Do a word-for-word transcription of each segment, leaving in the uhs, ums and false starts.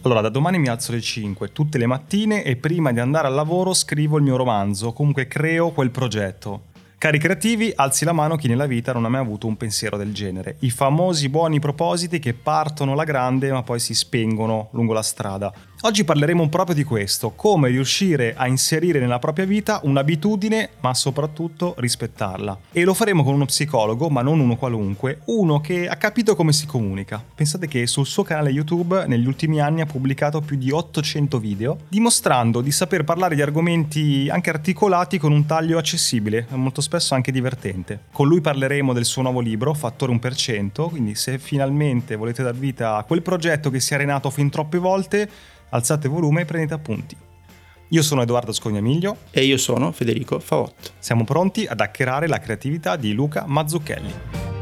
Allora, da domani mi alzo alle cinque tutte le mattine e prima di andare al lavoro scrivo il mio romanzo, comunque creo quel progetto. Cari creativi, alzi la mano chi nella vita non ha mai avuto un pensiero del genere. I famosi buoni propositi che partono alla grande ma poi si spengono lungo la strada. Oggi parleremo proprio di questo, come riuscire a inserire nella propria vita un'abitudine ma soprattutto rispettarla. E lo faremo con uno psicologo, ma non uno qualunque, uno che ha capito come si comunica. Pensate che sul suo canale YouTube negli ultimi anni ha pubblicato più di ottocento video, dimostrando di saper parlare di argomenti anche articolati con un taglio accessibile, molto spesso anche divertente. Con lui parleremo del suo nuovo libro, Fattore uno per cento, quindi se finalmente volete dar vita a quel progetto che si è arenato fin troppe volte, alzate volume e prendete appunti. Io sono Edoardo Scognamiglio e io sono Federico Favotto. Siamo pronti ad hackerare la creatività di Luca Mazzucchelli.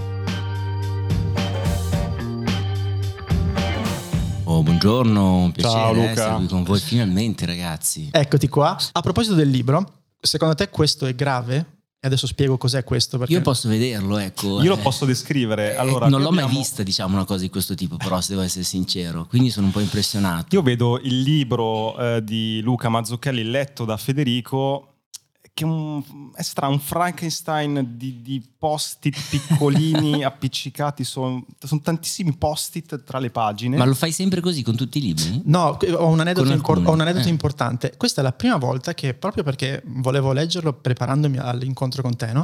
Oh, buongiorno, un piacere Ciao, Luca. essere qui con voi finalmente, ragazzi. Eccoti qua. A proposito del libro, secondo te questo è grave? E adesso spiego cos'è questo. Perché... Io posso vederlo, ecco. Io eh, lo posso descrivere. Allora, eh, non l'ho abbiamo... mai vista, diciamo, una cosa di questo tipo, però se devo essere sincero, quindi sono un po' impressionato. Io vedo il libro eh, di Luca Mazzucchelli letto da Federico, che è, un, è strano, un Frankenstein di, di post-it piccolini appiccicati, sono, sono tantissimi post-it tra le pagine. Ma lo fai sempre così con tutti i libri? No, ho un aneddoto, impor- ho un aneddoto eh. importante. Questa è la prima volta che, proprio perché volevo leggerlo preparandomi all'incontro con te, no?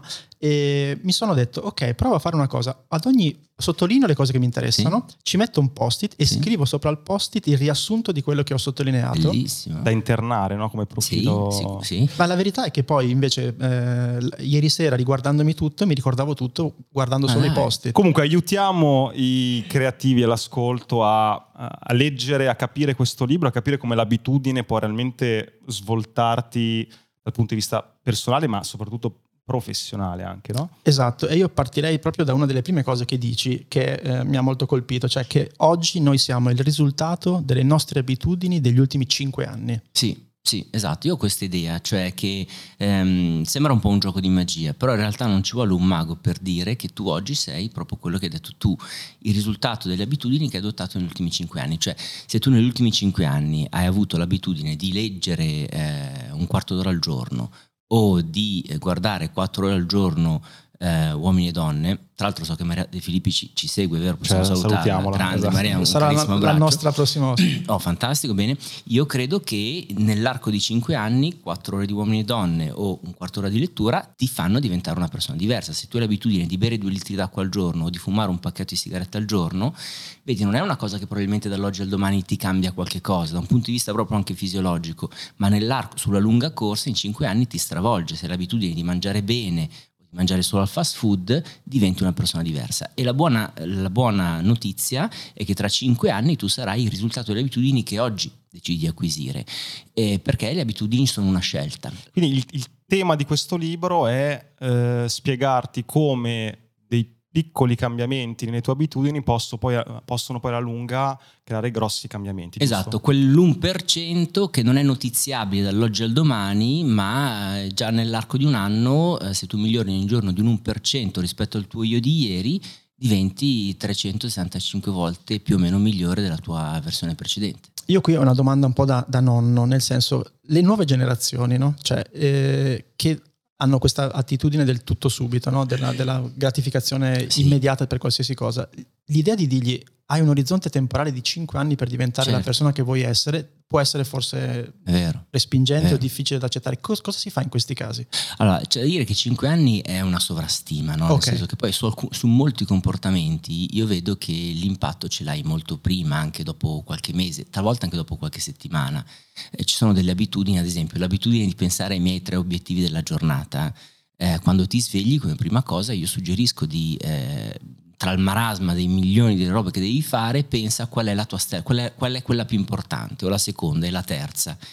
E mi sono detto, ok, prova a fare una cosa, ad ogni sottolineo le cose che mi interessano, sì. Ci metto un post-it e sì. Scrivo sopra il post-it il riassunto di quello che ho sottolineato. Bellissimo. Da internare, no? Come profilo. Sì, sì, sì. Ma la verità è che poi invece eh, ieri sera, riguardandomi tutto, mi ricordavo tutto guardando solo ah, i post-it. Comunque aiutiamo i creativi all'ascolto a, a leggere, a capire questo libro, a capire come l'abitudine può realmente svoltarti dal punto di vista personale, ma soprattutto professionale anche, no? Esatto, e io partirei proprio da una delle prime cose che dici che eh, mi ha molto colpito, cioè che oggi noi siamo il risultato delle nostre abitudini degli ultimi cinque anni. Sì. Sì, esatto, io ho questa idea, cioè che ehm, sembra un po' un gioco di magia, però in realtà non ci vuole un mago per dire che tu oggi sei proprio quello che hai detto tu, il risultato delle abitudini che hai adottato negli ultimi cinque anni. Cioè, se tu negli ultimi cinque anni hai avuto l'abitudine di leggere eh, un quarto d'ora al giorno o di guardare quattro ore al giorno eh, Uomini e Donne, tra l'altro so che Maria De Filippi ci, ci segue, vero? Possiamo cioè, salutarla. Grande esatto. Maria, un sarà la, la nostra prossima oh, fantastico, bene. Io credo che nell'arco di cinque anni quattro ore di Uomini e Donne o un quarto d'ora di lettura ti fanno diventare una persona diversa. Se tu hai l'abitudine di bere due litri d'acqua al giorno o di fumare un pacchetto di sigarette al giorno, vedi, non è una cosa che probabilmente dall'oggi al domani ti cambia qualche cosa da un punto di vista proprio anche fisiologico, ma nell'arco, sulla lunga corsa, in cinque anni ti stravolge. Se hai l'abitudine di mangiare bene, mangiare solo al fast food, diventi una persona diversa. E la buona, la buona notizia è che tra cinque anni tu sarai il risultato delle abitudini che oggi decidi di acquisire, eh, perché le abitudini sono una scelta. Quindi il, il tema di questo libro è eh, spiegarti come dei piccoli cambiamenti nelle tue abitudini posso poi, possono poi alla lunga creare grossi cambiamenti. Giusto? Esatto, quell'uno per cento che non è notiziabile dall'oggi al domani, ma già nell'arco di un anno, eh, se tu migliori ogni giorno di un uno per cento rispetto al tuo io di ieri, diventi trecentosessantacinque volte più o meno migliore della tua versione precedente. Io qui ho una domanda un po' da, da nonno, nel senso, le nuove generazioni, no? Cioè, eh, che hanno questa attitudine del tutto subito, no? della, della gratificazione sì. immediata per qualsiasi cosa. L'idea di dirgli hai un orizzonte temporale di cinque anni per diventare certo. la persona che vuoi essere può essere forse vero. respingente vero. o difficile da accettare. Cosa, cosa si fa in questi casi? Allora, c'è da dire che cinque anni è una sovrastima, no? Nel okay. senso che poi su, alcun, su molti comportamenti io vedo che l'impatto ce l'hai molto prima, anche dopo qualche mese, talvolta anche dopo qualche settimana. Eh, ci sono delle abitudini, ad esempio l'abitudine di pensare ai miei tre obiettivi della giornata. Eh, quando ti svegli, come prima cosa, io suggerisco di... Eh, tra il marasma dei milioni di robe che devi fare, pensa qual è la tua stella, qual è, qual è quella più importante, o la seconda e la terza.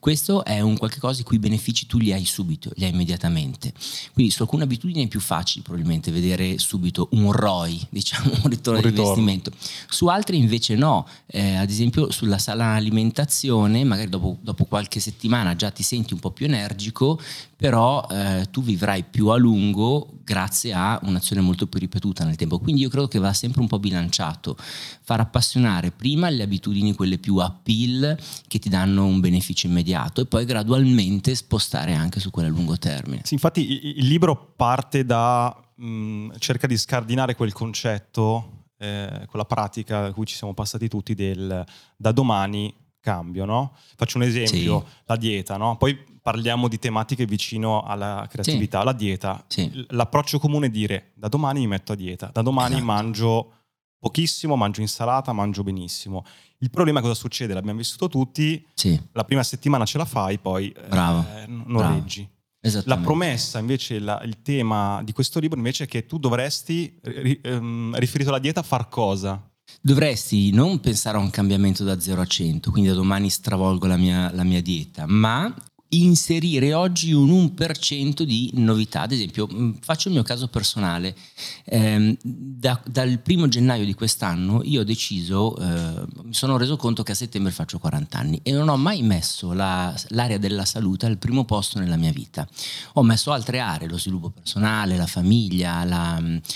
Questo è un qualche cosa i cui benefici tu li hai subito, li hai immediatamente. Quindi su alcune abitudini è più facile probabilmente vedere subito un R O I, diciamo un ritorno di investimento. Su altri invece no, eh, ad esempio sulla sana alimentazione magari dopo, dopo qualche settimana già ti senti un po' più energico, però eh, tu vivrai più a lungo grazie a un'azione molto più ripetuta nel tempo. Quindi io credo che va sempre un po' bilanciato, far appassionare prima le abitudini quelle più appeal che ti danno un beneficio immediato e poi gradualmente spostare anche su quelle a lungo termine. Sì, infatti il libro parte da mh, cerca di scardinare quel concetto, eh, quella pratica a cui ci siamo passati tutti del da domani cambio, no? Faccio un esempio, sì. La dieta, no? Poi parliamo di tematiche vicino alla creatività, sì. La dieta, sì. L'approccio comune è dire da domani mi metto a dieta, da domani esatto. Mangio pochissimo, mangio insalata, mangio benissimo. Il problema è cosa succede? L'abbiamo vissuto tutti, sì. La prima settimana ce la fai, poi Bravo. Eh, non Bravo. Reggi. La promessa invece, la, il tema di questo libro invece è che tu dovresti, ri, ehm, riferito alla dieta, far cosa? Dovresti non pensare a un cambiamento da zero a cento, quindi da domani stravolgo la mia, la mia dieta, ma inserire oggi un uno per cento di novità. Ad esempio, faccio il mio caso personale, eh, da, dal primo gennaio di quest'anno io ho deciso, eh, mi sono reso conto che a settembre faccio quaranta anni e non ho mai messo la, l'area della salute al primo posto nella mia vita. Ho messo altre aree, lo sviluppo personale, la famiglia, la,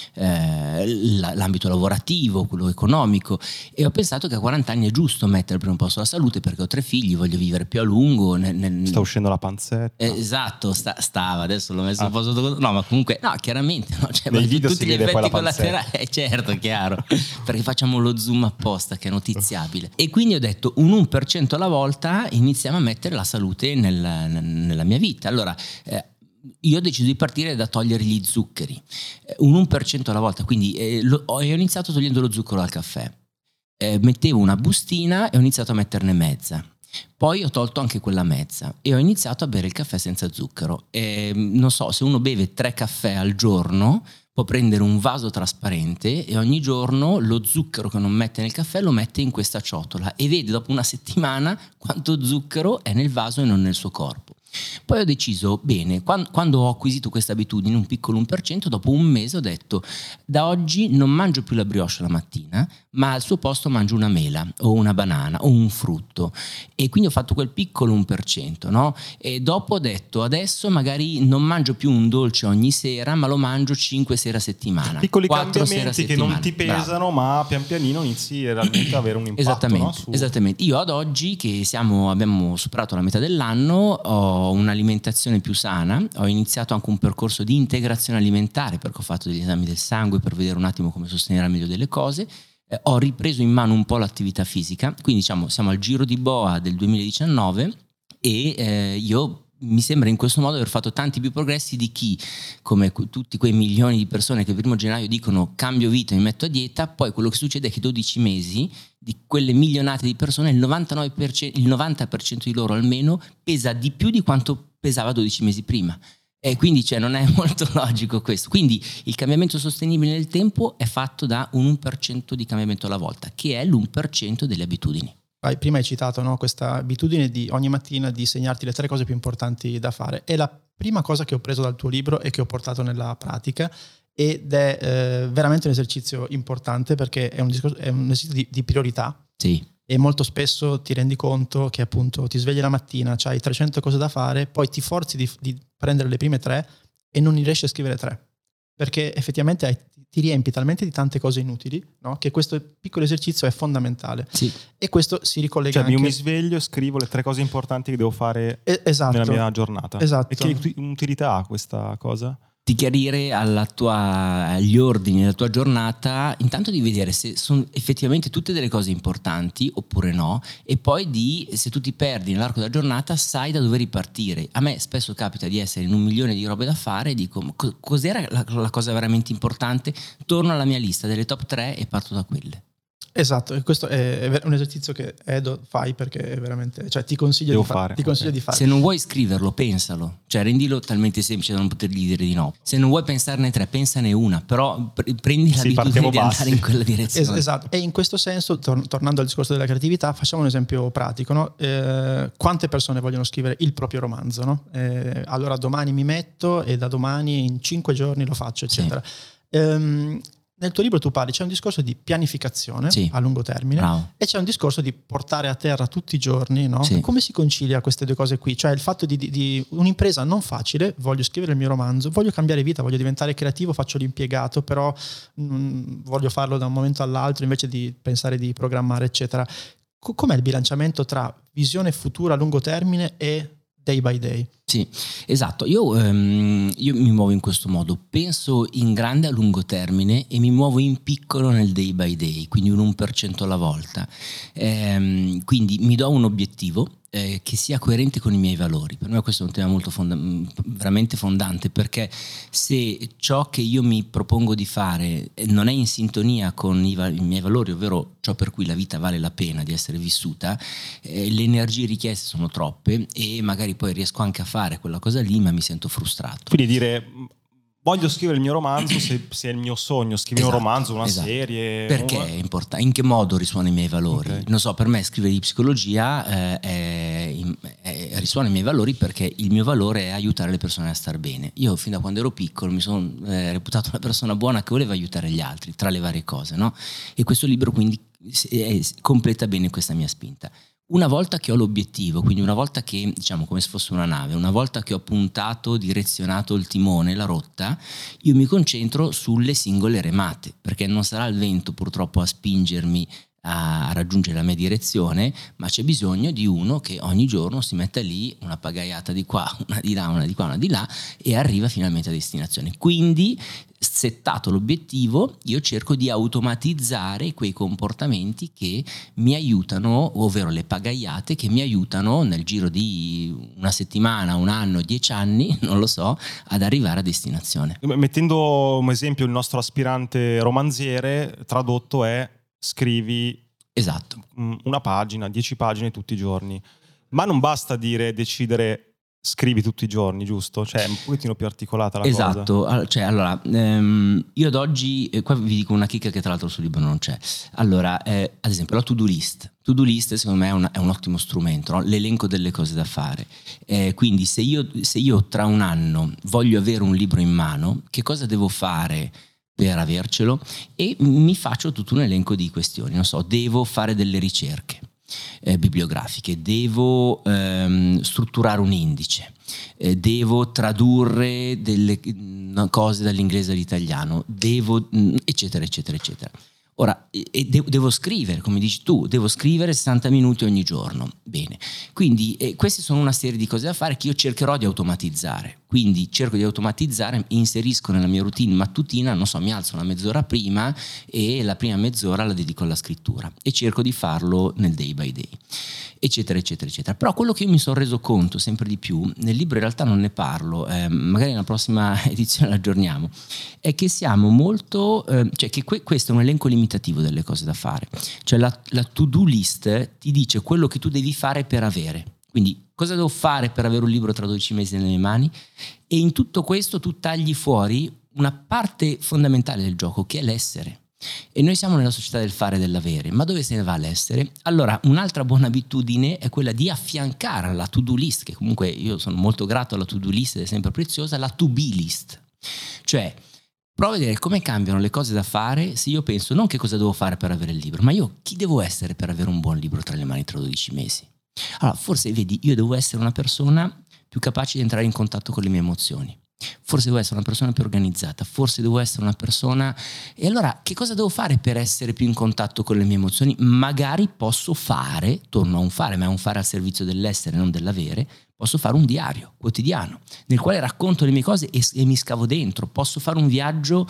eh, la, l'ambito lavorativo, quello economico, e ho pensato che a quaranta anni è giusto mettere al primo posto la salute perché ho tre figli, voglio vivere più a lungo. Nel, nel, Sta uscendo la panzetta. Eh, esatto, sta, stava, adesso l'ho messo ah. un po' sotto controllo. No, ma comunque, no, chiaramente, no, cioè, nei video tutti si gli vede effetti poi la collaterali, eh, certo, chiaro, perché facciamo lo zoom apposta che è notiziabile. E quindi ho detto un uno per cento alla volta iniziamo a mettere la salute nel, nella mia vita. Allora, eh, io ho deciso di partire da togliere gli zuccheri, un uno per cento alla volta, quindi eh, lo, ho iniziato togliendo lo zucchero al caffè. Eh, mettevo una bustina e ho iniziato a metterne mezza. Poi ho tolto anche quella mezza e ho iniziato a bere il caffè senza zucchero. E, non so, se uno beve tre caffè al giorno può prendere un vaso trasparente e ogni giorno lo zucchero che non mette nel caffè lo mette in questa ciotola e vede dopo una settimana quanto zucchero è nel vaso e non nel suo corpo. Poi ho deciso, bene, quando, quando ho acquisito questa abitudine, un piccolo uno per cento, dopo un mese ho detto da oggi non mangio più la brioche la mattina, ma al suo posto mangio una mela o una banana o un frutto, e quindi ho fatto quel piccolo uno per cento, no? E dopo ho detto adesso magari non mangio più un dolce ogni sera, ma lo mangio cinque sere a settimana, piccoli cambiamenti che non ti pesano. Bravo. Ma pian pianino inizi realmente ad avere un impatto. Esattamente, no? Su... esattamente. Io ad oggi che siamo, abbiamo superato la metà dell'anno, ho un'alimentazione più sana, ho iniziato anche un percorso di integrazione alimentare perché ho fatto degli esami del sangue per vedere un attimo come sostenere al meglio delle cose. Eh, ho ripreso in mano un po' l'attività fisica, quindi diciamo siamo al giro di boa del duemiladiciannove e eh, io mi sembra in questo modo aver fatto tanti più progressi di chi, come tutti quei milioni di persone che il primo gennaio dicono cambio vita, mi metto a dieta, poi quello che succede è che dodici mesi di quelle milionate di persone, il novantanove per cento, il novanta per cento di loro almeno pesa di più di quanto pesava dodici mesi prima. E quindi cioè, non è molto logico questo. Quindi il cambiamento sostenibile nel tempo è fatto da un uno per cento di cambiamento alla volta, che è l'uno per cento delle abitudini. Prima hai citato, no, questa abitudine di ogni mattina di segnarti le tre cose più importanti da fare. È la prima cosa che ho preso dal tuo libro e che ho portato nella pratica, ed è eh, veramente un esercizio importante perché è un, discorso, è un esercizio di, di priorità. Sì. E molto spesso ti rendi conto che appunto ti svegli la mattina, c'hai trecento cose da fare, poi ti forzi di, di prendere le prime tre e non riesci a scrivere tre, perché effettivamente hai, ti riempi talmente di tante cose inutili, no? Che questo piccolo esercizio è fondamentale. Sì. E questo si ricollega cioè, anche... io mi sveglio e scrivo le tre cose importanti che devo fare esatto. nella mia giornata. Esatto. E che utilità ha questa cosa? Di chiarire alla tua, agli ordini della tua giornata, intanto di vedere se sono effettivamente tutte delle cose importanti oppure no, e poi di, se tu ti perdi nell'arco della giornata, sai da dove ripartire. A me spesso capita di essere in un milione di robe da fare e dico cos'era la, la cosa veramente importante, torno alla mia lista delle top tre e parto da quelle. Esatto, e questo è, è un esercizio che Edo fai perché è veramente, cioè ti consiglio, Devo di, fa- fare, ti consiglio okay. di fare. Se non vuoi scriverlo, pensalo, cioè rendilo talmente semplice da non potergli dire di no. Se non vuoi pensarne tre, pensane una, però pre- prendi Sì, l'abitudine partiamo di bassi. andare in quella direzione. Es- esatto, e in questo senso, tor- tornando al discorso della creatività, facciamo un esempio pratico, no? Eh, quante persone vogliono scrivere il proprio romanzo, no? Eh, allora domani mi metto e da domani in cinque giorni lo faccio, eccetera. Sì. Ehm, nel tuo libro tu parli, c'è un discorso di pianificazione, sì, a lungo termine, bravo, e c'è un discorso di portare a terra tutti i giorni, no? Sì. Come si concilia queste due cose qui? Cioè il fatto di, di, di un'impresa non facile, voglio scrivere il mio romanzo, voglio cambiare vita, voglio diventare creativo, faccio l'impiegato, però mh, voglio farlo da un momento all'altro invece di pensare di programmare, eccetera. C- com'è il bilanciamento tra visione futura a lungo termine e day by day? Sì, esatto. Io, um, io mi muovo in questo modo, penso in grande a lungo termine e mi muovo in piccolo nel day by day, quindi un uno per cento alla volta. Ehm, quindi mi do un obiettivo eh, che sia coerente con i miei valori. Per me questo è un tema molto fonda- veramente fondante, perché se ciò che io mi propongo di fare non è in sintonia con i, va- i miei valori, ovvero ciò per cui la vita vale la pena di essere vissuta, eh, le energie richieste sono troppe e magari poi riesco anche a fare quella cosa lì, ma mi sento frustrato. Quindi dire voglio scrivere il mio romanzo, se, se è il mio sogno scrivere esatto, un romanzo, una esatto. serie, perché una... è importante, in che modo risuona i miei valori? Okay. Non so, per me scrivere di psicologia eh, è, è, risuona i miei valori perché il mio valore è aiutare le persone a star bene. Io fin da quando ero piccolo mi sono eh, reputato una persona buona che voleva aiutare gli altri tra le varie cose, no? E questo libro quindi è, completa bene questa mia spinta. Una volta che ho l'obiettivo, quindi una volta che, diciamo come se fosse una nave, una volta che ho puntato, direzionato il timone, la rotta, io mi concentro sulle singole remate, perché non sarà il vento purtroppo a spingermi a raggiungere la mia direzione, ma c'è bisogno di uno che ogni giorno si metta lì, una pagaiata di qua, una di là, una di qua, una di là, e arriva finalmente a destinazione. Quindi, settato l'obiettivo, io cerco di automatizzare quei comportamenti che mi aiutano, ovvero le pagaiate che mi aiutano nel giro di una settimana, un anno, dieci anni, non lo so, ad arrivare a destinazione. Mettendo come esempio il nostro aspirante romanziere, tradotto è scrivi esatto. una pagina, dieci pagine tutti i giorni, ma non basta dire, decidere scrivi tutti i giorni, giusto? Cioè è un pochettino più articolata la esatto. cosa. Esatto, cioè allora ehm, io ad oggi, eh, qua vi dico una chicca che tra l'altro sul libro non c'è. Allora, eh, ad esempio la to-do list. To-do list secondo me è, una, è un ottimo strumento, no? L'elenco delle cose da fare. Eh, quindi se io, se io tra un anno voglio avere un libro in mano, che cosa devo fare per avercelo? E mi faccio tutto un elenco di questioni. Non so, devo fare delle ricerche eh, bibliografiche, devo ehm, strutturare un indice, eh, devo tradurre delle no, cose dall'inglese all'italiano, devo eccetera eccetera eccetera. Ora, e devo, devo scrivere, come dici tu, devo scrivere sessanta minuti ogni giorno. Bene, quindi eh, queste sono una serie di cose da fare che io cercherò di automatizzare. Quindi cerco di automatizzare, inserisco nella mia routine mattutina, non so, mi alzo una mezz'ora prima e la prima mezz'ora la dedico alla scrittura e cerco di farlo nel day by day, eccetera eccetera eccetera. Però quello che io mi sono reso conto sempre di più, nel libro in realtà non ne parlo, eh, magari nella prossima edizione l'aggiorniamo, è che siamo molto, eh, cioè che que- questo è un elenco limitativo delle cose da fare, cioè la, la to-do list ti dice quello che tu devi fare per avere. Quindi cosa devo fare per avere un libro tra dodici mesi nelle mani? E in tutto questo tu tagli fuori una parte fondamentale del gioco, che è l'essere. E noi siamo nella società del fare e dell'avere, ma dove se ne va l'essere? Allora un'altra buona abitudine è quella di affiancare alla to-do list, che comunque io sono molto grato alla to-do list ed è sempre preziosa, la to-be list. Cioè prova a vedere come cambiano le cose da fare se io penso non che cosa devo fare per avere il libro, ma io chi devo essere per avere un buon libro tra le mani tra dodici mesi. Allora forse vedi, io devo essere una persona più capace di entrare in contatto con le mie emozioni, forse devo essere una persona più organizzata, forse devo essere una persona... E allora che cosa devo fare per essere più in contatto con le mie emozioni? Magari posso fare, torno a un fare, ma è un fare al servizio dell'essere, non dell'avere, posso fare un diario quotidiano nel quale racconto le mie cose e, e mi scavo dentro, posso fare un viaggio...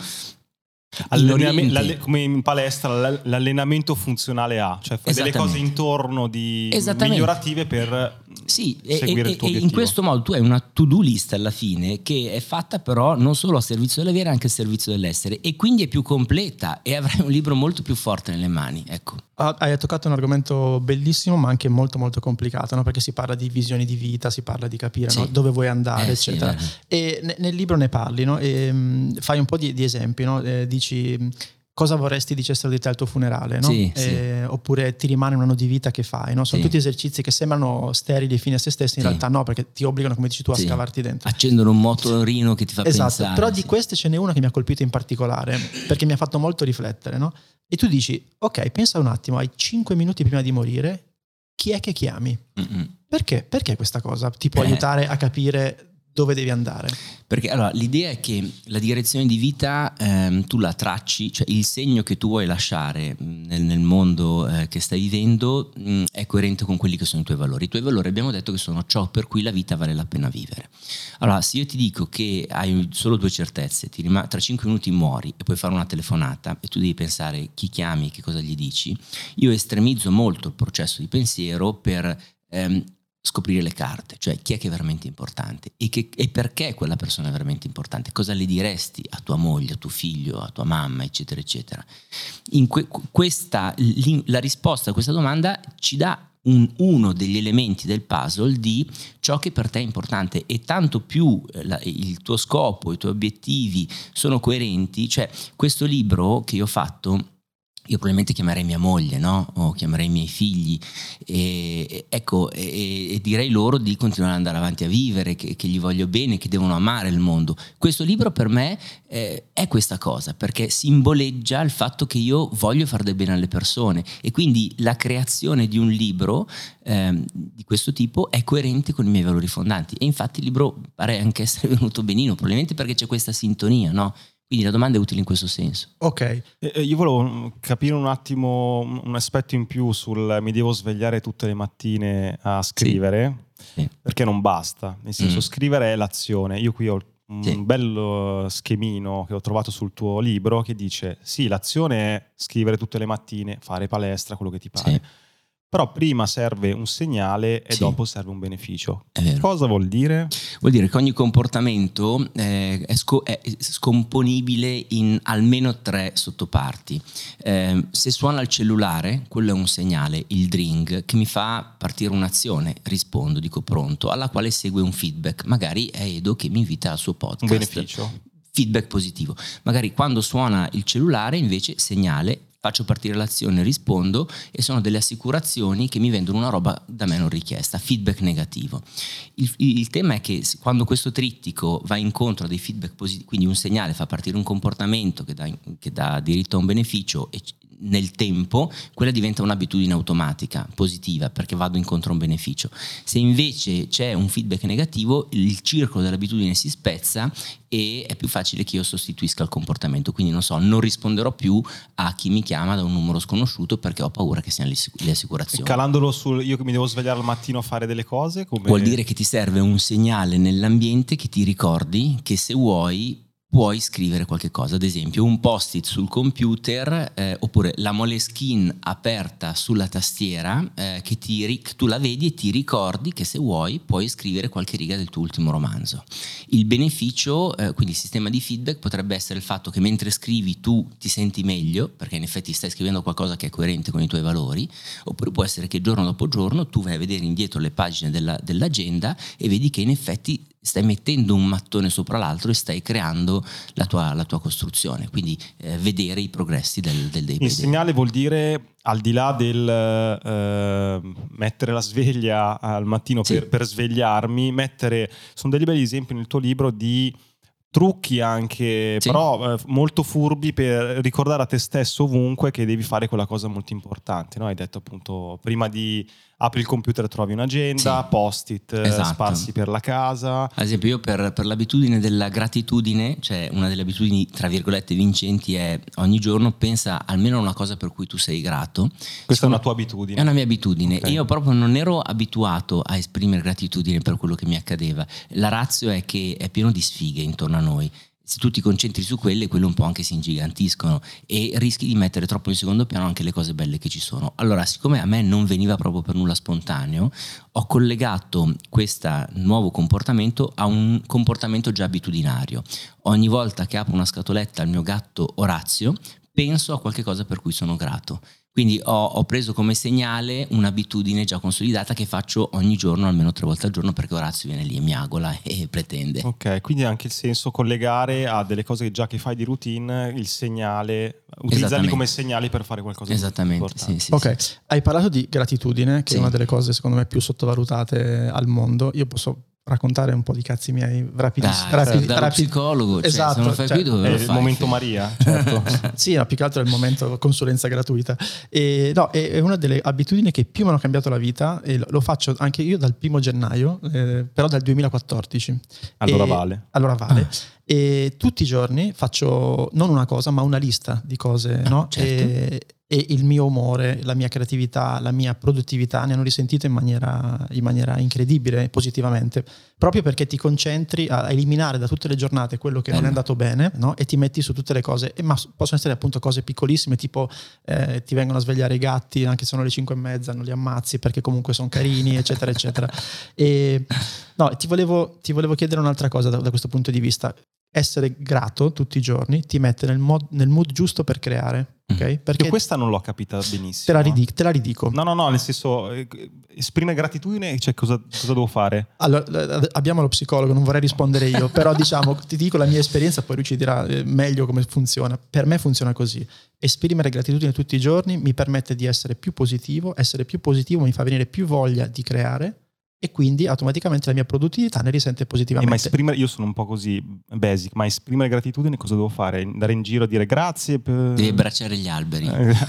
Come in palestra l'allenamento funzionale A, cioè fai delle cose intorno di migliorative per sì, Sì, e, seguire e, il tuo e in obiettivo. questo modo tu hai una to-do list alla fine che è fatta però non solo a servizio della vera, anche a servizio dell'essere, e quindi è più completa e avrai un libro molto più forte nelle mani, ecco. Hai toccato un argomento bellissimo ma anche molto molto complicato, no? Perché si parla di visioni di vita, si parla di capire, Sì. no? Dove vuoi andare, Eh, eccetera. sì, e ne, nel libro ne parli, no? E, mh, fai un po' di, di esempi, no? E dici cosa vorresti dicessero di te al tuo funerale, no? Sì, e, sì. Oppure ti rimane un anno di vita che fai, no? Sono Sì. tutti esercizi che sembrano sterili e fini a se stessi, in Sì. realtà no, perché ti obbligano, come dici tu, a Sì. scavarti dentro. Accendono un motorino che ti fa Esatto, pensare. però di sì. queste ce n'è una che mi ha colpito in particolare, perché mi ha fatto molto riflettere, no? E tu dici, ok, pensa un attimo, hai cinque minuti prima di morire, chi è che chiami? Mm-mm. Perché? Perché questa cosa ti può Eh. aiutare a capire dove devi andare? Perché allora l'idea è che la direzione di vita ehm, tu la tracci, cioè il segno che tu vuoi lasciare nel, nel mondo eh, che stai vivendo mh, è coerente con quelli che sono i tuoi valori. I tuoi valori abbiamo detto che sono ciò per cui la vita vale la pena vivere. Allora, se io ti dico che hai solo due certezze, ti rim- tra cinque minuti muori e puoi fare una telefonata e tu devi pensare chi chiami, che cosa gli dici, io estremizzo molto il processo di pensiero per ehm, scoprire le carte, cioè chi è che è veramente importante e, che, e perché quella persona è veramente importante, cosa le diresti a tua moglie, a tuo figlio, a tua mamma, eccetera, eccetera. In que, questa, la risposta a questa domanda ci dà un, uno degli elementi del puzzle di ciò che per te è importante, e tanto più la, il tuo scopo, i tuoi obiettivi sono coerenti, cioè questo libro che io ho fatto, io probabilmente chiamerei mia moglie, no? O chiamerei i miei figli e, ecco, e, e direi loro di continuare ad andare avanti a vivere, che, che gli voglio bene, che devono amare il mondo. Questo libro per me eh, è questa cosa, perché simboleggia il fatto che io voglio fare del bene alle persone, e quindi la creazione di un libro eh, di questo tipo è coerente con i miei valori fondanti, e infatti il libro pare anche essere venuto benino, probabilmente perché c'è questa sintonia, no? Quindi la domanda è utile in questo senso. Ok. Eh, io volevo capire un attimo un aspetto in più sul mi devo svegliare tutte le mattine a scrivere, Sì. Sì. perché non basta, nel senso Mm. scrivere è l'azione. Io qui ho un Sì. bello schemino che ho trovato sul tuo libro che dice sì, l'azione è scrivere tutte le mattine, fare palestra, quello che ti pare. Sì. Però prima serve un segnale e Sì. dopo serve un beneficio. È vero. Cosa vuol dire? Vuol dire che ogni comportamento eh, è, sco- è scomponibile in almeno tre sottoparti. Eh, se suona il cellulare, quello è un segnale, il ring, che mi fa partire un'azione, rispondo, dico pronto, alla quale segue un feedback. Magari è Edo che mi invita al suo podcast. Un beneficio. Feedback positivo. Magari quando suona il cellulare invece segnale, faccio partire l'azione, rispondo, e sono delle assicurazioni che mi vendono una roba da me non richiesta, feedback negativo. Il, il tema è che quando questo trittico va incontro a dei feedback positivi, quindi un segnale fa partire un comportamento che dà, che dà diritto a un beneficio, e nel tempo quella diventa un'abitudine automatica positiva perché vado incontro a un beneficio. Se invece c'è un feedback negativo, il circolo dell'abitudine si spezza e è più facile che io sostituisca il comportamento. Quindi non so, non risponderò più a chi mi chiama da un numero sconosciuto perché ho paura che siano le assicurazioni. Calandolo sul io che mi devo svegliare al mattino a fare delle cose, come... Vuol dire che ti serve un segnale nell'ambiente che ti ricordi che se vuoi puoi scrivere qualche cosa, ad esempio un post-it sul computer eh, oppure la Moleskine aperta sulla tastiera eh, che ti, tu la vedi e ti ricordi che se vuoi puoi scrivere qualche riga del tuo ultimo romanzo. Il beneficio, eh, quindi il sistema di feedback, potrebbe essere il fatto che mentre scrivi tu ti senti meglio perché in effetti stai scrivendo qualcosa che è coerente con i tuoi valori, oppure può essere che giorno dopo giorno tu vai a vedere indietro le pagine della, dell'agenda e vedi che in effetti stai mettendo un mattone sopra l'altro e stai creando la tua, la tua costruzione, quindi eh, vedere i progressi del, del day by day. Il segnale vuol dire, al di là del eh, mettere la sveglia al mattino Sì. per, per svegliarmi, mettere, sono degli belli esempi nel tuo libro di trucchi anche, Sì. però eh, molto furbi, per ricordare a te stesso ovunque che devi fare quella cosa molto importante, no? Hai detto appunto, prima di apri il computer trovi un'agenda, Sì. post-it Esatto. sparsi per la casa. Ad esempio io per, per l'abitudine della gratitudine, cioè una delle abitudini tra virgolette vincenti è ogni giorno pensa almeno a una cosa per cui tu sei grato. Questa Sono, è una tua abitudine. È una mia abitudine. Okay. Io proprio non ero abituato a esprimere gratitudine per quello che mi accadeva. La ratio è che è pieno di sfighe intorno a noi. se tu ti concentri su quelle, quelle un po' anche si ingigantiscono e rischi di mettere troppo in secondo piano anche le cose belle che ci sono. Allora, siccome a me non veniva proprio per nulla spontaneo, ho collegato questo nuovo comportamento a un comportamento già abitudinario. Ogni volta che apro una scatoletta al mio gatto Orazio, penso a qualche cosa per cui sono grato. Quindi ho, ho preso come segnale un'abitudine già consolidata che faccio ogni giorno, almeno tre volte al giorno, perché Orazio viene lì e miagola e pretende. Ok, quindi anche il senso collegare a delle cose che già che fai di routine, il segnale, utilizzarli come segnali per fare qualcosa di Esattamente, sì, sì, ok, sì. Hai parlato di gratitudine, che sì. è una delle cose secondo me più sottovalutate al mondo. Io posso raccontare un po' di cazzi miei rapidissimi. Dai, rapidi, dallo rapidi, psicologo, cioè, esatto, se non lo fai cioè, qui dove è lo il fai? momento Maria, certo. Sì, no, più che altro è il momento consulenza gratuita. E, no, è, è una delle abitudini che più mi hanno cambiato la vita e lo, lo faccio anche io dal primo gennaio, eh, però dal duemilaquattordici. Allora e, vale. Allora vale. E tutti i giorni faccio non una cosa, ma una lista di cose, no? Certo. E, e il mio umore, la mia creatività, la mia produttività ne hanno risentito in maniera, in maniera incredibile, positivamente, proprio perché ti concentri a eliminare da tutte le giornate quello che Bello. non è andato bene, no? E ti metti su tutte le cose, e ma possono essere appunto cose piccolissime, tipo eh, ti vengono a svegliare i gatti anche se sono le cinque e mezza, non li ammazzi perché comunque sono carini, eccetera eccetera. E no, ti volevo, ti volevo chiedere un'altra cosa da, da questo punto di vista. Essere grato tutti i giorni ti mette nel, mod, nel mood giusto per creare, ok? Perché io questa non l'ho capita benissimo. Te la, ridico, te la ridico. No, no, no, nel senso, esprime gratitudine, cioè cosa, cosa devo fare? Allora, abbiamo lo psicologo, non vorrei rispondere io, però diciamo, ti dico la mia esperienza, poi lui ci dirà meglio come funziona. Per me funziona così. Esprimere gratitudine tutti i giorni mi permette di essere più positivo, essere più positivo mi fa venire più voglia di creare, e quindi automaticamente la mia produttività ne risente positivamente. Eh, ma esprimere, io sono un po' così basic, ma esprimere gratitudine cosa devo fare? Andare in giro a dire grazie? Per... Devi abbracciare gli alberi.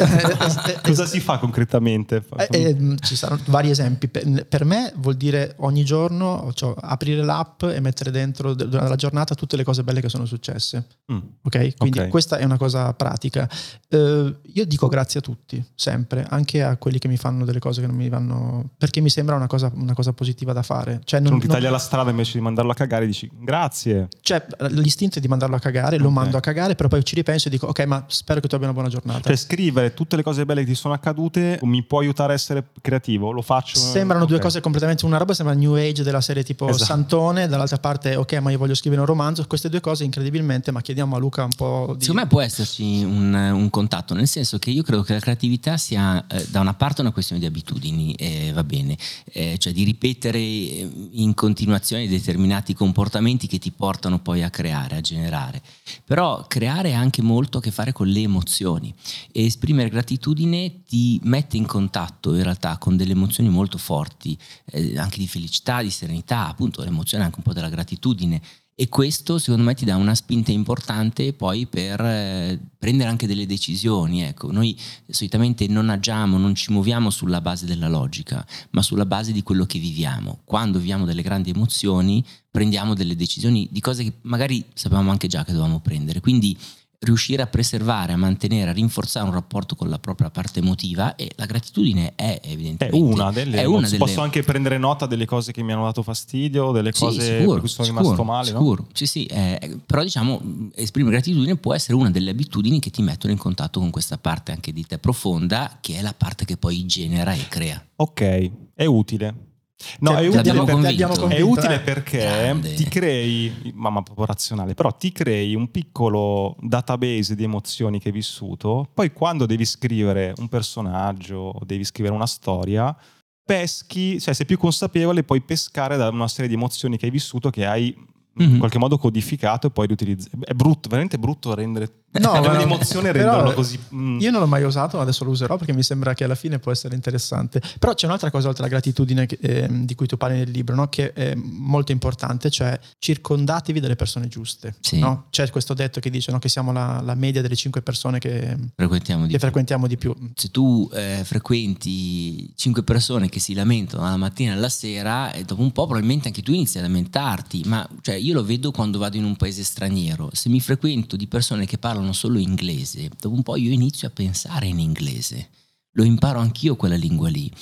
Cosa si fa concretamente? Eh, eh, ci saranno vari esempi. Per, per me vuol dire ogni giorno cioè, aprire l'app e mettere dentro durante la giornata tutte le cose belle che sono successe. Mm. Ok? Quindi okay. Questa è una cosa pratica. Uh, io dico grazie a tutti, sempre, anche a quelli che mi fanno delle cose che non mi vanno, perché mi sembra una cosa, una cosa positiva da fare. Cioè non, non ti taglia non... la strada invece di mandarlo a cagare, dici grazie. Cioè l'istinto è di mandarlo a cagare, okay. Lo mando a cagare, però poi ci ripenso e dico ok, ma spero che tu abbia una buona giornata. Cioè scrivere tutte le cose belle che ti sono accadute mi può aiutare a essere creativo, lo faccio. Sembrano okay. Due cose completamente, una roba sembra New Age della serie tipo esatto. Santone, dall'altra parte ok, ma io voglio scrivere un romanzo. Queste due cose incredibilmente, ma chiediamo a Luca un po' di... Secondo me può esserci un, un contatto, nel senso che io credo che la creatività sia eh, da una parte una questione di abitudini, eh, va bene, eh, cioè di ripetere in continuazione determinati comportamenti che ti portano poi a creare, a generare. Però creare ha anche molto a che fare con le emozioni, e esprimere gratitudine ti mette in contatto in realtà con delle emozioni molto forti, eh, anche di felicità, di serenità, appunto l'emozione anche un po' della gratitudine. E questo secondo me ti dà una spinta importante poi per eh, prendere anche delle decisioni. Ecco, noi solitamente non agiamo, non ci muoviamo sulla base della logica, ma sulla base di quello che viviamo. Quando viviamo delle grandi emozioni prendiamo delle decisioni di cose che magari sapevamo anche già che dovevamo prendere. Quindi riuscire a preservare, a mantenere, a rinforzare un rapporto con la propria parte emotiva, e la gratitudine è evidentemente è una delle, è una posso delle... anche prendere nota delle cose che mi hanno dato fastidio, delle sì, cose sicuro, per cui sono sicuro, rimasto male, sicuro. No? Sì, sì, eh, però diciamo esprimere gratitudine può essere una delle abitudini che ti mettono in contatto con questa parte anche di te profonda, che è la parte che poi genera e crea. Ok, è utile. No, cioè, è utile, per, convinto, è utile eh. perché Grande. ti crei, mamma proprio razionale, però ti crei un piccolo database di emozioni che hai vissuto, poi quando devi scrivere un personaggio o devi scrivere una storia, peschi, cioè sei più consapevole, puoi pescare da una serie di emozioni che hai vissuto, che hai mm-hmm. in qualche modo codificato e poi riutilizzi. È brutto, veramente brutto rendere no, un'emozione, renderlo così. Mm. Io non l'ho mai usato, adesso lo userò perché mi sembra che alla fine può essere interessante. Però c'è un'altra cosa oltre alla gratitudine che, eh, di cui tu parli nel libro, no? Che è molto importante, cioè circondatevi delle persone giuste. Sì. No? C'è questo detto che dice no, che siamo la, la media delle cinque persone che frequentiamo di, che più. frequentiamo di più. Se tu eh, frequenti cinque persone che si lamentano dalla mattina alla sera, e dopo un po' probabilmente anche tu inizi a lamentarti. Ma cioè, io lo vedo quando vado in un paese straniero, se mi frequento di persone che parlano solo inglese, dopo un po' io inizio a pensare in inglese, lo imparo anch'io quella lingua lì,